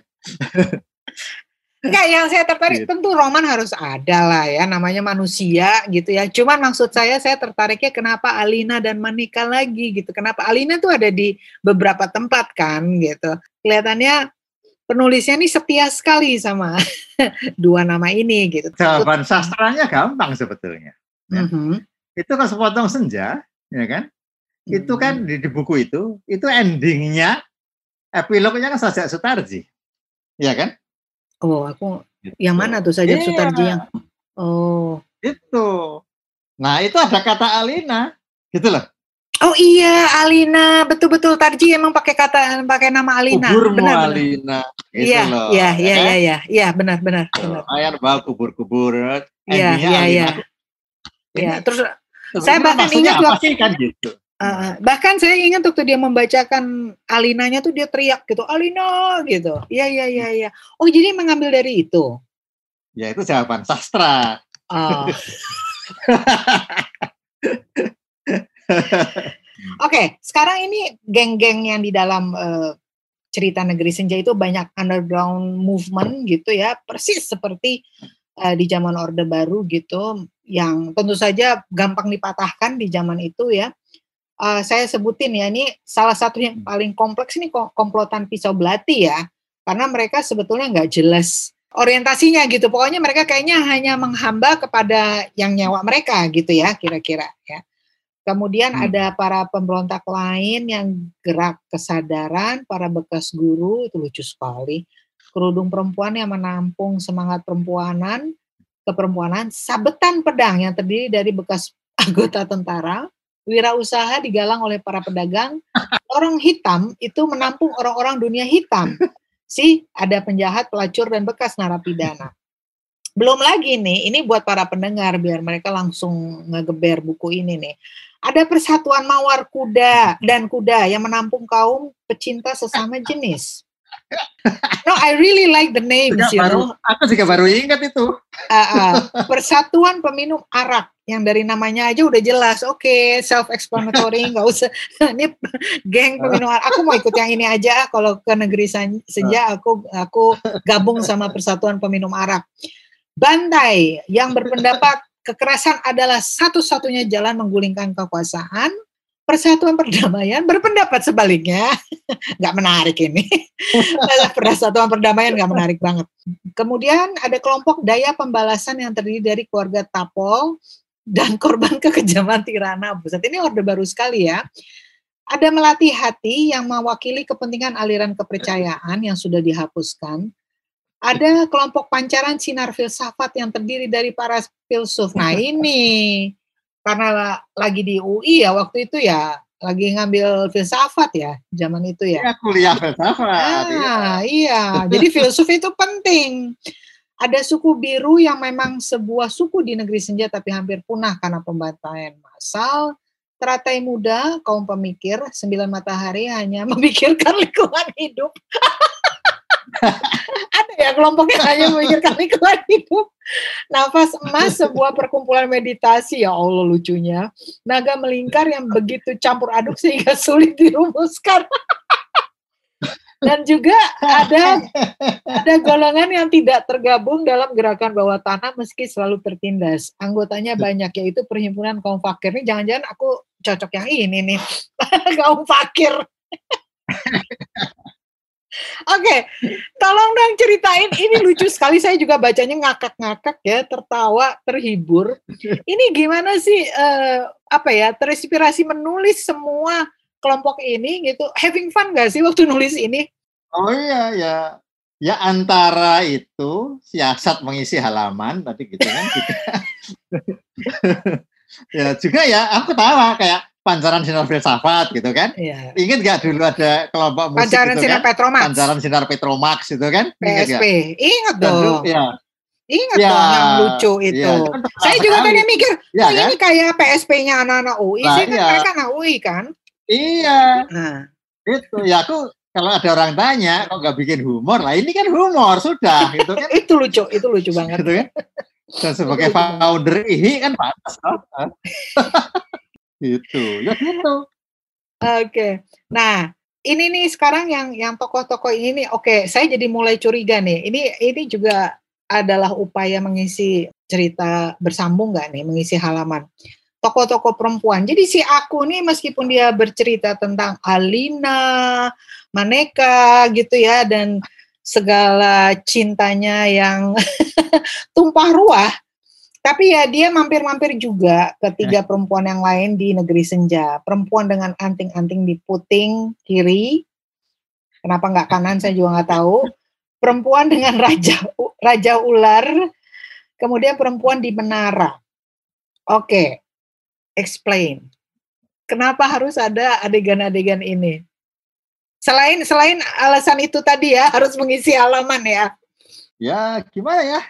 Enggak, yang saya tertarik gitu. Tentu roman harus ada lah ya, namanya manusia gitu ya. Cuman maksud saya, saya tertariknya kenapa Alina dan Maneka lagi gitu. Kenapa Alina tuh ada di beberapa tempat kan gitu. Kelihatannya penulisnya ini setia sekali sama dua nama ini gitu. Jawaban sastranya gampang sebetulnya. Ya. Mm-hmm. Itu kan sepotong senja, ya kan? Mm-hmm. Itu kan di, di buku itu, itu endingnya, epilognya kan Sajak Sutarji, ya kan? Oh, aku gitu. Yang mana tuh Sajak iya. Sutarji yang? Oh, itu. Nah, itu ada kata Alina, gitu loh. Oh iya, Alina, betul-betul Tarji emang pakai kata pakai nama Alina. Kuburmu benar, Alina. Gitu iya, loh. Iya, iya, iya, iya, iya, benar, benar, benar. Ayah bawa kubur-kubur. Iya, iya, iya. Iya, terus saya bahkan ingat waktu kan gitu. Uh, bahkan saya ingat waktu dia membacakan Alinanya tuh dia teriak gitu, Alina gitu. Iya, iya, iya, iya. Oh, jadi mengambil dari itu. Ya, itu jawaban sastra. Oh. Oke, okay, sekarang ini geng-geng yang di dalam uh, cerita Negeri Senja itu banyak underground movement gitu ya, persis seperti uh, di zaman Orde Baru gitu, yang tentu saja gampang dipatahkan di zaman itu ya. Uh, saya sebutin ya, ini salah satu yang paling kompleks ini komplotan pisau belati ya, karena mereka sebetulnya nggak jelas orientasinya gitu, pokoknya mereka kayaknya hanya menghamba kepada yang nyawa mereka gitu ya, kira-kira ya. Kemudian hmm. ada para pemberontak lain yang gerak kesadaran, para bekas guru, itu lucu sekali. Kerudung perempuan yang menampung semangat perempuanan, keperempuanan, sabetan pedang yang terdiri dari bekas anggota tentara, wirausaha digalang oleh para pedagang, orang hitam itu menampung orang-orang dunia hitam. Si ada penjahat, pelacur, dan bekas narapidana. Belum lagi nih, ini buat para pendengar biar mereka langsung ngegeber buku ini nih. Ada persatuan mawar kuda dan kuda yang menampung kaum pecinta sesama jenis. No, I really like the names, you baru, know. Aku juga baru ingat itu. Uh, uh, persatuan peminum arak yang dari namanya aja udah jelas. Oke, okay, self-explanatory, nggak usah. Ini geng peminum arak. Aku mau ikut yang ini aja. Kalau ke Negeri Senja, aku aku gabung sama persatuan peminum arak. Bantai yang berpendapat kekerasan adalah satu-satunya jalan menggulingkan kekuasaan. Persatuan Perdamaian berpendapat sebaliknya. Nggak menarik ini. Persatuan Perdamaian nggak menarik banget. Kemudian ada kelompok Daya Pembalasan yang terdiri dari keluarga Tapol dan korban kekejaman tirana. Buset, ini orde baru sekali ya. Ada Melatih Hati yang mewakili kepentingan aliran kepercayaan yang sudah dihapuskan. Ada kelompok Pancaran Sinar Filsafat yang terdiri dari para filsuf. Nah ini, karena lagi di U I ya waktu itu ya, lagi ngambil filsafat ya, zaman itu ya. Ya kuliah filsafat. Ah, iya, jadi filsuf itu penting. Ada suku biru yang memang sebuah suku di negeri senja tapi hampir punah karena pembantaian massal. Teratai Muda, kaum pemikir, Sembilan Matahari hanya memikirkan lingkungan hidup. Ada ya kelompok yang hanya memikirkan lingkungan hidup. Nafas Emas, sebuah perkumpulan meditasi, ya Allah lucunya. Naga Melingkar yang begitu campur aduk sehingga sulit dirumuskan. Dan juga ada ada golongan yang tidak tergabung dalam gerakan bawah tanah meski selalu tertindas. Anggotanya banyak, yaitu Perhimpunan Kaum Fakir. Ini jangan-jangan aku cocok yang ini nih, kaum fakir. Oke, okay, tolong dong ceritain. Ini lucu sekali, saya juga bacanya ngakak-ngakak ya, tertawa, terhibur. Ini gimana sih, uh, apa ya, terinspirasi menulis semua kelompok ini gitu, having fun gak sih waktu nulis ini? Oh iya ya, ya antara itu siasat mengisi halaman tadi gitu kan, gitu. Ya juga ya, aku ketawa kayak Pancaran Sinar Filsafat gitu kan. Iya. Ingat gak dulu ada kelompok musik Pancaran gitu Sinar kan? Petromax. Pancaran Sinar Petromax itu kan. P S P. Ingat Dan dong. dulu, ya. Ingat ya, dong yang lucu itu. Ya, saya juga tadi mikir, ya, oh kan? ini kayak P S P-nya anak-anak U I nah, sih kan, iya. mereka anak U I kan. Iya. Nah. Itu ya aku kalau ada orang tanya kok nggak bikin humor lah, ini kan humor sudah gitu kan. Itu lucu, itu lucu banget. Gitu kan. Dan sebagai founder ini kan pantas loh. Gitu, ya gitu. Oke, okay. Nah ini nih sekarang yang yang tokoh-tokoh ini nih, oke, okay, saya jadi mulai curiga nih. Ini ini juga adalah upaya mengisi cerita bersambung nggak nih, mengisi halaman. Tokoh-tokoh perempuan. Jadi si aku nih meskipun dia bercerita tentang Alina, Maneka gitu ya, dan segala cintanya yang tumpah ruah, tapi ya dia mampir-mampir juga ke tiga perempuan yang lain di negeri senja. Perempuan dengan anting-anting di puting kiri, kenapa nggak kanan saya juga nggak tahu. Perempuan dengan raja raja ular, kemudian perempuan di menara. Oke. Okay. Explain. Kenapa harus ada adegan-adegan ini? Selain selain alasan itu tadi ya, harus mengisi halaman ya. Ya, gimana ya?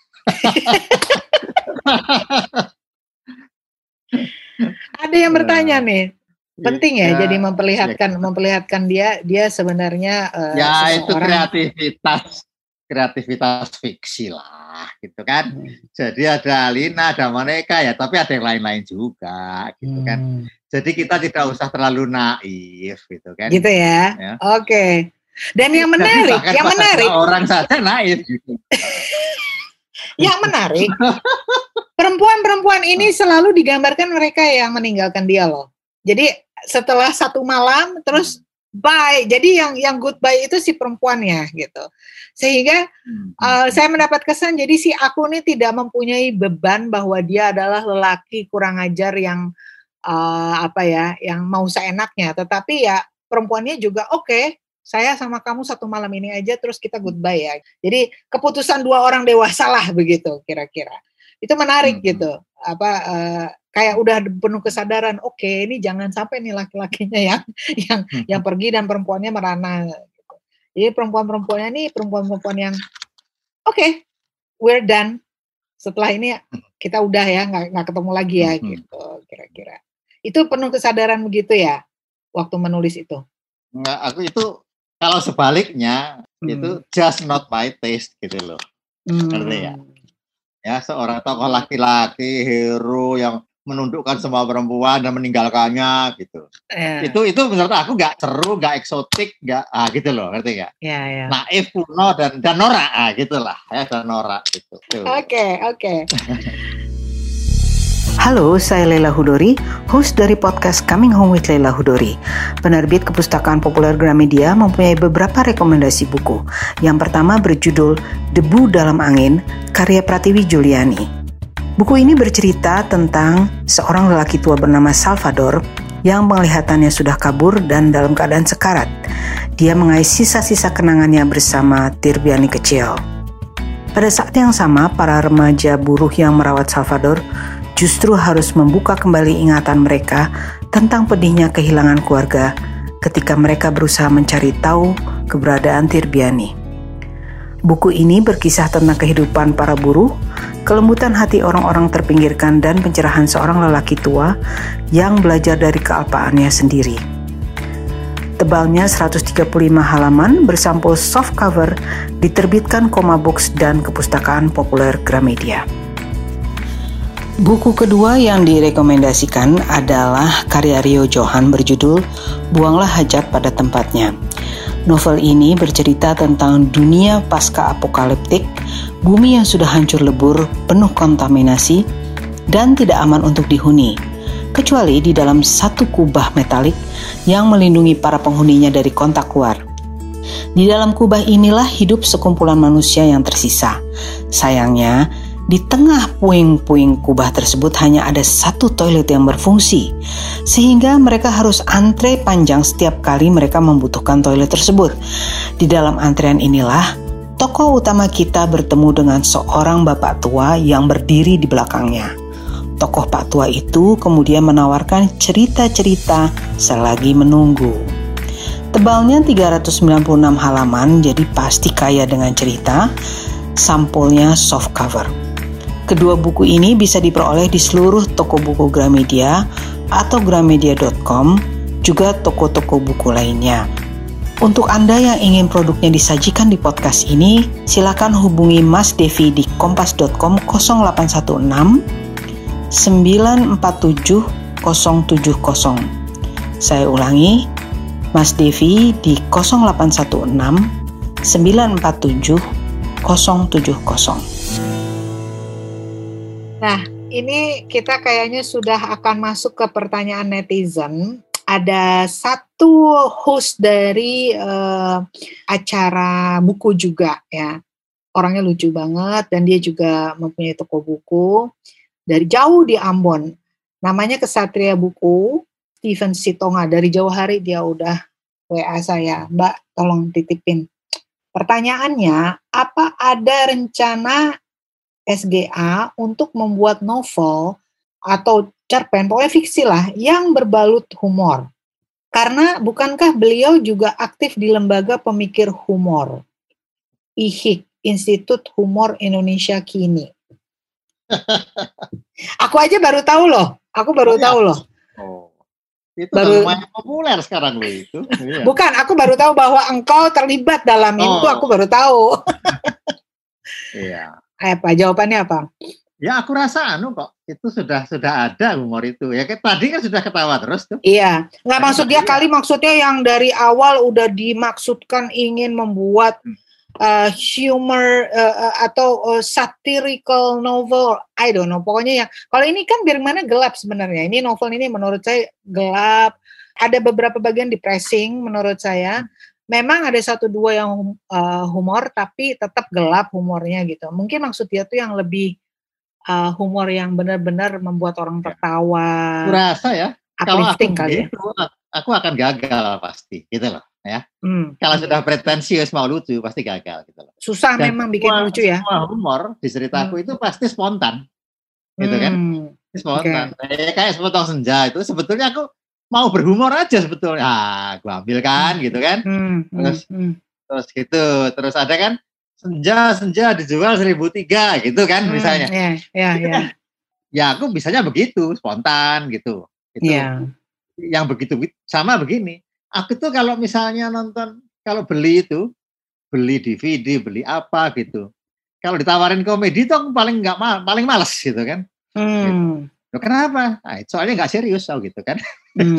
Ada yang bertanya nih. Penting ya, ya jadi memperlihatkan ya. memperlihatkan dia dia sebenarnya uh, ya seseorang. Itu kreativitas kreativitas fiksi lah gitu kan. Hmm. Jadi ada Alina, ada Maneka ya, tapi ada yang lain-lain juga gitu hmm. kan. Jadi kita tidak usah terlalu naif gitu kan. Gitu ya. ya. Oke. Okay. Dan yang menarik, yang menarik orang saja naif gitu. Yang menarik, perempuan-perempuan ini selalu digambarkan mereka yang meninggalkan dia loh. Jadi setelah satu malam terus bye. Jadi yang yang goodbye itu si perempuannya gitu. Sehingga uh, saya mendapat kesan jadi si aku ini tidak mempunyai beban bahwa dia adalah lelaki kurang ajar yang uh, apa ya, yang mau seenaknya. Tetapi ya perempuannya juga oke. Okay, saya sama kamu satu malam ini aja terus kita goodbye ya. Jadi keputusan dua orang dewasa lah begitu kira-kira. Itu menarik hmm. gitu. Apa uh, kayak udah penuh kesadaran. Oke, okay, ini jangan sampai nih laki-lakinya yang yang hmm. yang pergi dan perempuannya merana. Gitu. Jadi perempuan-perempuannya nih perempuan-perempuan yang oke, okay, we're done. Setelah ini kita udah ya nggak nggak ketemu lagi ya hmm. gitu kira-kira. Itu penuh kesadaran begitu ya waktu menulis itu. Enggak, aku itu kalau sebaliknya hmm. itu just not my taste gitu loh. Hmm. Ngerti ya? Ya, seorang tokoh laki-laki hero yang menundukkan semua perempuan dan meninggalkannya gitu. Yeah. Itu itu menurut aku nggak seru, nggak eksotik, nggak ah gitu loh, ngerti nggak? Yeah, yeah. Naif, kuno dan dan norak ah gitulah ya, dan norak gitu. Oke, oke. Halo, saya Leila Hudori, host dari podcast Coming Home with Leila Hudori. Penerbit Kepustakaan Populer Gramedia mempunyai beberapa rekomendasi buku. Yang pertama berjudul Debu Dalam Angin, karya Pratiwi Juliani. Buku ini bercerita tentang seorang lelaki tua bernama Salvador yang penglihatannya sudah kabur dan dalam keadaan sekarat. Dia mengais sisa-sisa kenangannya bersama Tirbiani kecil. Pada saat yang sama, para remaja buruh yang merawat Salvador justru harus membuka kembali ingatan mereka tentang pedihnya kehilangan keluarga ketika mereka berusaha mencari tahu keberadaan Tirbiani. Buku ini berkisah tentang kehidupan para buruh, kelembutan hati orang-orang terpinggirkan, dan pencerahan seorang lelaki tua yang belajar dari kealpaannya sendiri. Tebalnya seratus tiga puluh lima halaman bersampul soft cover, diterbitkan Koma Books dan Kepustakaan Populer Gramedia. Buku kedua yang direkomendasikan adalah karya Rio Johan berjudul Buanglah Hajat pada Tempatnya. Novel ini bercerita tentang dunia pasca apokaliptik, bumi yang sudah hancur lebur, penuh kontaminasi, dan tidak aman untuk dihuni, kecuali di dalam satu kubah metalik yang melindungi para penghuninya dari kontak luar. Di dalam kubah inilah hidup sekumpulan manusia yang tersisa. Sayangnya, di tengah puing-puing kubah tersebut hanya ada satu toilet yang berfungsi, sehingga mereka harus antre panjang setiap kali mereka membutuhkan toilet tersebut. Di dalam antrean inilah, tokoh utama kita bertemu dengan seorang bapak tua yang berdiri di belakangnya. Tokoh Pak Tua itu kemudian menawarkan cerita-cerita selagi menunggu. Tebalnya tiga ratus sembilan puluh enam halaman, jadi pasti kaya dengan cerita. Sampulnya soft cover. Kedua buku ini bisa diperoleh di seluruh toko buku Gramedia atau gramedia dot com, juga toko-toko buku lainnya. Untuk Anda yang ingin produknya disajikan di podcast ini, silakan hubungi Mas Devi di kompas dot com nol delapan satu enam sembilan empat tujuh nol tujuh nol. Saya ulangi, Mas Devi di nol delapan satu enam sembilan empat tujuh nol tujuh nol. Nah, ini kita kayaknya sudah akan masuk ke pertanyaan netizen. Ada satu host dari uh, acara buku juga ya. Orangnya lucu banget dan dia juga mempunyai toko buku dari jauh di Ambon. Namanya Kesatria Buku, Steven Sitonga. Dari jauh hari dia udah W A saya, Mbak tolong titipin. Pertanyaannya, apa ada rencana S G A untuk membuat novel atau cerpen, pokoknya fiksi lah, yang berbalut humor. Karena bukankah beliau juga aktif di Lembaga Pemikir Humor, I H I K, Institut Humor Indonesia Kini. Aku aja baru tahu loh, aku baru oh, tahu ya. loh. Oh, itu baru lumayan populer sekarang loh itu. Iya. Bukan, aku baru tahu bahwa engkau terlibat dalam oh. itu, aku baru tahu. Iya. Apa jawabannya apa? Ya aku rasa anu kok itu sudah sudah ada humor itu ya. Kayak tadi kan sudah ketawa terus tuh. Iya, nggak tadi maksud dia ya. Kali maksudnya yang dari awal udah dimaksudkan ingin membuat hmm. uh, humor uh, atau uh, satirical novel. I don't know. Pokoknya yang kalau ini kan biar mana gelap sebenarnya. Ini novel ini menurut saya gelap. Ada beberapa bagian depressing menurut saya. Hmm. Memang ada satu dua yang uh, humor tapi tetap gelap humornya gitu. Mungkin maksud dia tuh yang lebih uh, humor yang benar-benar membuat orang tertawa. Aku rasa ya, kalau aku kali gitu, ya. aku akan gagal pasti gitu loh ya. Hmm. Kalau sudah okay. pretensius mau lucu pasti gagal gitu loh. Susah Dan memang bikin semua, lucu ya. Semua humor di ceritaku hmm. itu pasti spontan. Gitu hmm. kan? Spontan. Okay. Kayak sepotong senja itu sebetulnya aku mau berhumor aja sebetulnya, ah, gue ambil kan, gitu kan, hmm, terus, hmm, terus gitu, terus ada kan, senja senja dijual seribu tiga, gitu kan, hmm, misalnya, yeah, yeah, gitu yeah. kan, ya aku bisanya begitu, spontan gitu, itu, yeah. yang begitu sama begini, aku tuh kalau misalnya nonton, kalau beli itu, beli D V D, beli apa gitu, kalau ditawarin komedi tuh aku paling nggak mal, paling males gitu kan. Hmm. Gitu. Loh, kenapa? Nah, soalnya nggak serius tau gitu kan. Hmm.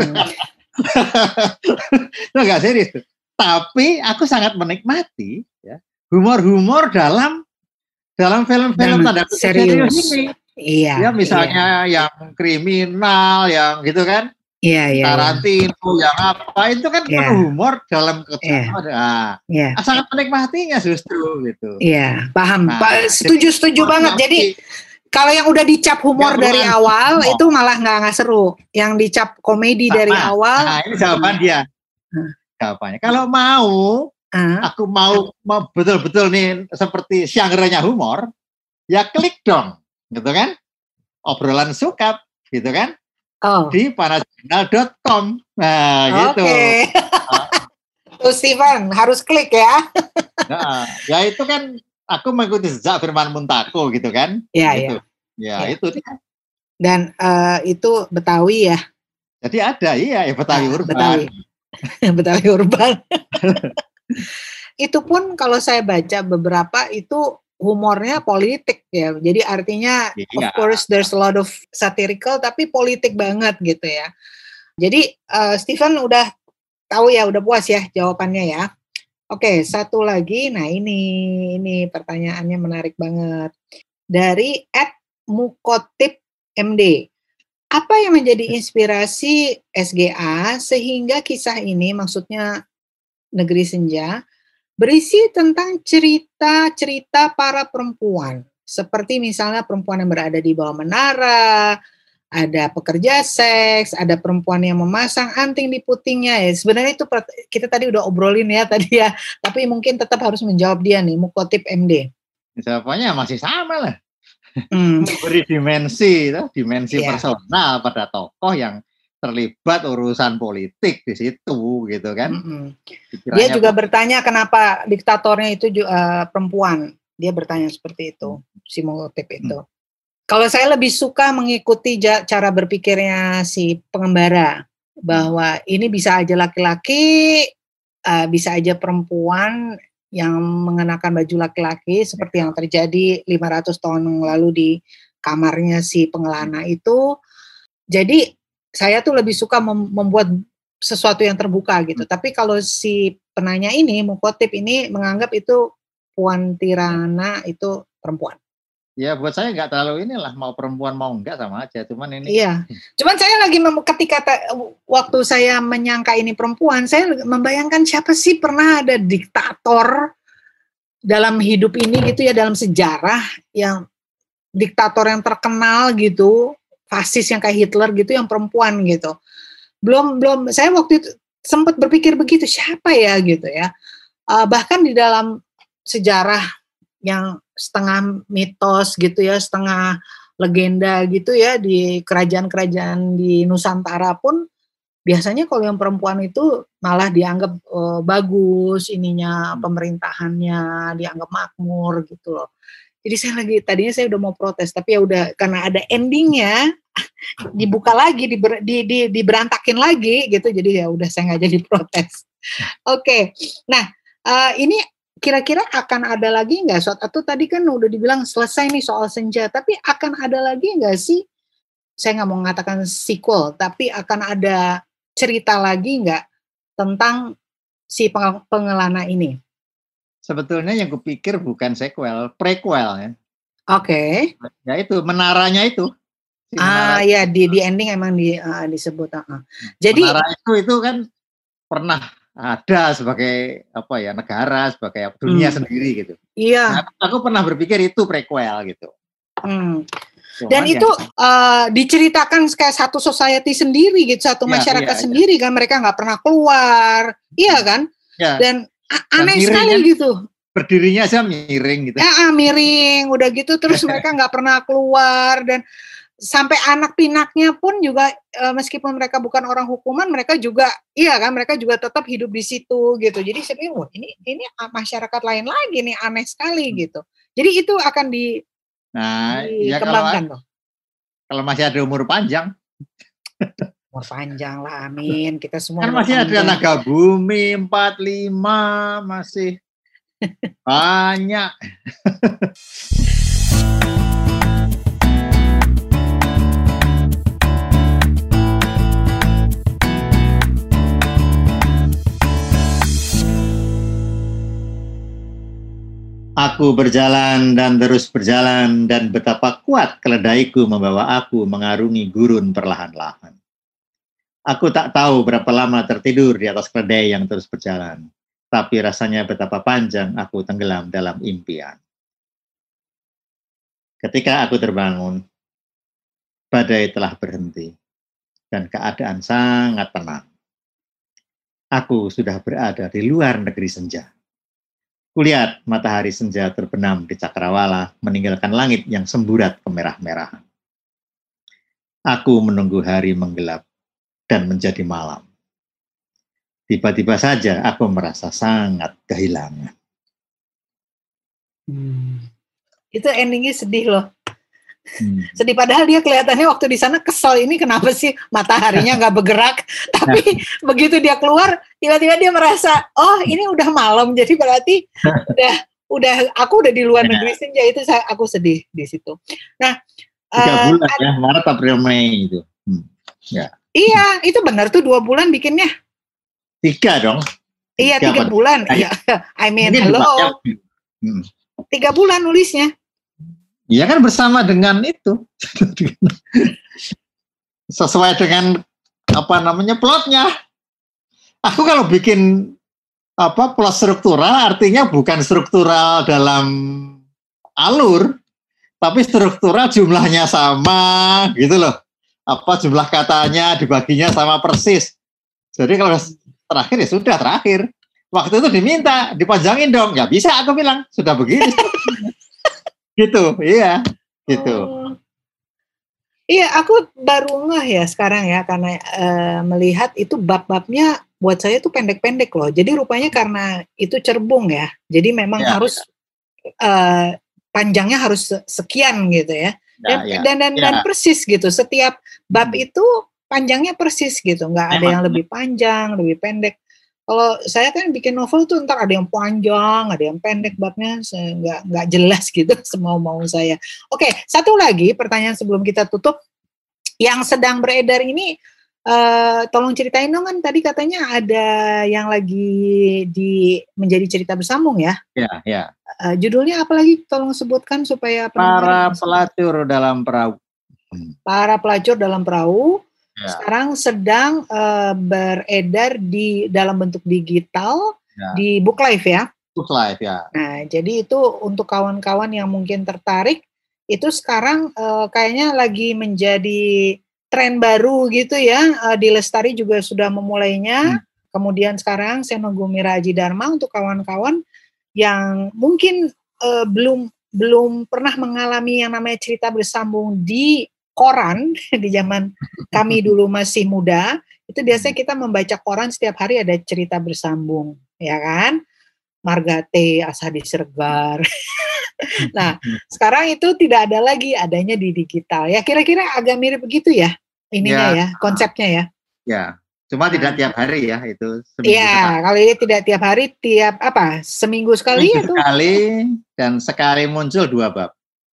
Itu nggak serius. Tapi aku sangat menikmati ya, humor-humor dalam dalam film-film tanda kutip serius ini. Iya. Ya misalnya iya. yang kriminal, yang gitu kan. Iya, iya. Tarantino, iya. yang apa itu kan iya. penuh humor dalam Iya. kerjaan. Nah, iya. sangat menikmatinya justru gitu. Iya, paham. Nah, Pak, setuju setuju banget. Jadi kalau yang udah dicap humor dari awal humor. Itu malah nggak nggak seru. Yang dicap komedi Sama. dari awal. Nah, ini jawaban dia. Hmm. Jawabannya. Kalau mau, hmm. aku mau, mau betul-betul nih seperti genre-nya humor, ya klik dong, gitu kan? Obrolan sukap, gitu kan? Oh. Di panasjurnal dot com. Nah, okay. gitu. Tuh Steven, harus klik ya. Nah, ya itu kan aku mengikuti jejak Firman Muntako gitu kan. Iya, gitu. iya. Ya, ya, itu dia. Dan uh, itu Betawi ya. Jadi ada, iya, ya Betawi nah, urban. Betawi, Betawi urban. Itu pun kalau saya baca beberapa itu humornya politik ya. Jadi artinya iya. of course there's a lot of satirical tapi politik banget gitu ya. Jadi uh, Steven udah tahu ya, udah puas ya jawabannya ya. Oke, satu lagi. Nah ini ini pertanyaannya menarik banget. Dari at Mukotip M D. Apa yang menjadi inspirasi S G A sehingga kisah ini, maksudnya Negeri Senja, berisi tentang cerita-cerita para perempuan. Seperti misalnya perempuan yang berada di bawah menara, ada pekerja seks, ada perempuan yang memasang anting di putingnya. Ya, sebenarnya itu kita tadi udah obrolin ya tadi ya, tapi mungkin tetap harus menjawab dia nih, Mukotip M D. Jawabannya masih sama lah. Hmm. Beri dimensi, dimensi yeah. personal pada tokoh yang terlibat urusan politik di situ, gitu kan. Mm-hmm. Dia juga apa? Bertanya kenapa diktatornya itu uh, perempuan. Dia bertanya seperti itu, hmm. si Mukotip itu. Hmm. Kalau saya lebih suka mengikuti cara berpikirnya si pengembara, bahwa ini bisa aja laki-laki, uh, bisa aja perempuan yang mengenakan baju laki-laki, seperti yang terjadi lima ratus tahun yang lalu di kamarnya si pengelana itu. Jadi saya tuh lebih suka mem- membuat sesuatu yang terbuka gitu. Tapi kalau si penanya ini, Mukotip ini menganggap itu Puan Tirana itu perempuan. Ya buat saya nggak terlalu inilah, mau perempuan mau enggak sama aja, cuman ini. Iya, cuman saya lagi mem- ketika ta- waktu saya menyangka ini perempuan, saya membayangkan siapa sih pernah ada diktator dalam hidup ini gitu ya, dalam sejarah yang diktator yang terkenal gitu, fasis yang kayak Hitler gitu, yang perempuan gitu. Belum belum saya waktu itu sempat berpikir begitu, siapa ya gitu ya. Uh, bahkan di dalam sejarah yang setengah mitos gitu ya, setengah legenda gitu ya, di kerajaan-kerajaan di Nusantara pun biasanya kalau yang perempuan itu malah dianggap uh, bagus ininya, pemerintahannya dianggap makmur gitu loh. Jadi saya lagi tadinya saya udah mau protes, tapi ya udah karena ada endingnya dibuka lagi, di, di, di, diberantakin lagi gitu, jadi ya udah saya nggak jadi protes. Oke, okay. Nah uh, ini kira-kira akan ada lagi nggak? So, atau tadi kan udah dibilang selesai nih soal senja, tapi akan ada lagi nggak sih? Saya nggak mau mengatakan sequel, tapi akan ada cerita lagi nggak tentang si pengelana ini? Sebetulnya yang kupikir bukan sequel, prequel ya. Oke. Okay. Ya itu menaranya itu. Si ah menara. Ya di di ending emang di, uh, disebut. Uh-uh. Jadi menara itu itu kan pernah ada sebagai apa ya, negara, sebagai dunia hmm. sendiri gitu. Iya. Nah, aku pernah berpikir itu prequel gitu. Hmm. Dan ya, itu uh, diceritakan kayak satu society sendiri gitu, satu ya, masyarakat ya, sendiri ya. Kan mereka nggak pernah keluar, iya kan? Ya. Dan a- aneh miring, sekali kan? Gitu. Berdirinya aja miring gitu. Ya, miring, udah gitu terus mereka nggak pernah keluar, dan sampai anak pinaknya pun juga e, meskipun mereka bukan orang hukuman, mereka juga iya kan, mereka juga tetap hidup di situ gitu. Jadi saya pikir, wah ini ini masyarakat lain lagi nih, aneh sekali gitu. Jadi itu akan di nah, dikembangkan ya, kalau, kalau masih ada umur panjang. Umur panjang lah, amin. Kita semua kan masih panjang. Ada naga bumi empat puluh lima masih banyak. Aku berjalan dan terus berjalan, dan betapa kuat keledaiku membawa aku mengarungi gurun perlahan-lahan. Aku tak tahu berapa lama tertidur di atas keledai yang terus berjalan, tapi rasanya betapa panjang aku tenggelam dalam impian. Ketika aku terbangun, badai telah berhenti, dan keadaan sangat tenang. Aku sudah berada di luar negeri senja. Kulihat matahari senja terbenam di cakrawala, meninggalkan langit yang semburat kemerah-merahan. Aku menunggu hari menggelap dan menjadi malam. Tiba-tiba saja aku merasa sangat kehilangan. Hmm. Itu endingnya sedih loh. Hmm. Sedih, padahal dia kelihatannya waktu di sana kesel, ini kenapa sih mataharinya nggak bergerak, tapi begitu dia keluar tiba-tiba dia merasa oh ini udah malam, jadi berarti udah udah aku udah di luar negeri senja. Itu saya aku sedih di situ. Nah, tiga uh, bulan ya, Maret, April, Mei itu. Hmm. Ya. Iya, itu benar tuh dua bulan bikinnya. Tiga dong. Iya tiga, tiga bulan. Iya, I mean Mungkin hello. Hmm. Tiga bulan nulisnya. Iya kan bersama dengan itu, sesuai dengan apa namanya plotnya. Aku kalau bikin apa plot struktural, artinya bukan struktural dalam alur, tapi struktural jumlahnya sama, gitu loh. Apa jumlah katanya dibaginya sama persis. Jadi kalau terakhir ya sudah terakhir. Waktu itu diminta dipanjangin dong, nggak bisa aku bilang sudah begini. Gitu, iya, gitu. Oh. Iya, aku baru ngeh ya sekarang ya, karena e, melihat itu bab-babnya buat saya tuh pendek-pendek loh. Jadi rupanya karena itu cerbung ya, jadi memang ya, harus ya. E, panjangnya harus sekian gitu ya. Dan, ya, ya. dan dan, ya. dan persis gitu. Setiap bab hmm. itu panjangnya persis gitu, nggak ada yang lebih panjang, lebih pendek. Kalau saya kan bikin novel tuh ntar ada yang panjang, ada yang pendek babnya, nggak nggak jelas gitu semau-mau saya. Oke, satu lagi pertanyaan sebelum kita tutup, yang sedang beredar ini, uh, tolong ceritain dong, kan tadi katanya ada yang lagi di menjadi cerita bersambung ya? Ya, ya. Uh, judulnya apa lagi? Tolong sebutkan supaya para pelacur dalam perahu. Para pelacur dalam perahu. Ya. Sekarang sedang uh, beredar di dalam bentuk digital ya. Di Book Live ya. Book Live ya. Nah, jadi itu untuk kawan-kawan yang mungkin tertarik, itu sekarang uh, kayaknya lagi menjadi tren baru gitu ya. Uh, di Lestari juga sudah memulainya. Hmm. Kemudian sekarang Seno Gumira Aji Dharma untuk kawan-kawan yang mungkin uh, belum belum pernah mengalami yang namanya cerita bersambung di koran di zaman kami dulu masih muda, itu biasanya kita membaca koran setiap hari ada cerita bersambung, ya kan? Margate, Asadi Sergar. Nah, sekarang itu tidak ada lagi, adanya di digital. Ya kira-kira agak mirip begitu ya, ininya ya, ya konsepnya ya. Ya, cuma tidak tiap hari ya itu. Iya, kalau ini tidak tiap hari, tiap apa? Seminggu sekali ya tuh. Sekali dan sekali muncul dua bab.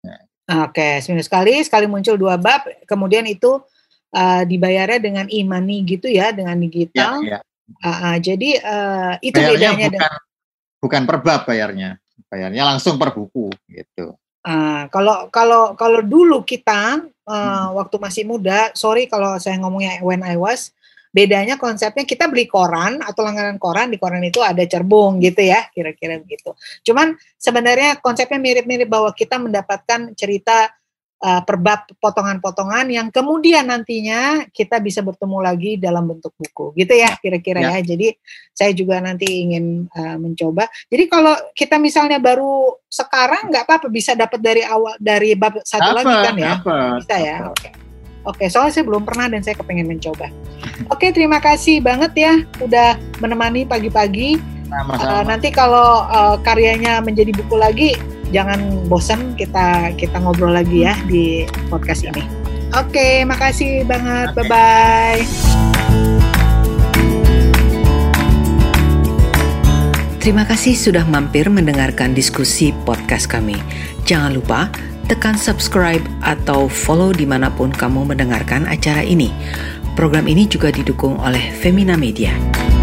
Oke, seminggu sekali, sekali muncul dua bab, kemudian itu uh, dibayarnya dengan e-money gitu ya, dengan digital. Ya, ya. Uh, uh, jadi uh, itu bayarnya bedanya. Bukan, dengan, bukan per bab bayarnya, bayarnya langsung per buku gitu. Uh, kalau kalau kalau dulu kita uh, hmm. waktu masih muda, sorry kalau saya ngomongnya when I was, bedanya konsepnya kita beli koran atau langganan koran, di koran itu ada cerbung gitu ya, kira-kira begitu. Cuman sebenarnya konsepnya mirip-mirip bahwa kita mendapatkan cerita uh, per bab potongan-potongan yang kemudian nantinya kita bisa bertemu lagi dalam bentuk buku gitu ya, kira-kira ya. ya. Jadi saya juga nanti ingin uh, mencoba. Jadi kalau kita misalnya baru sekarang nggak apa-apa, bisa dapat dari awal dari bab satu apa, lagi kan ya, apa, bisa ya. Oke. Okay. Oke, soalnya saya belum pernah dan saya kepengen mencoba. Oke, terima kasih banget ya udah menemani pagi-pagi. Uh, nanti kalau uh, karyanya menjadi buku lagi, jangan bosan, kita kita ngobrol lagi ya di podcast ini. Oke, makasih banget. Okay. Bye-bye. Terima kasih sudah mampir mendengarkan diskusi podcast kami. Jangan lupa tekan subscribe atau follow dimanapun kamu mendengarkan acara ini. Program ini juga didukung oleh Femina Media.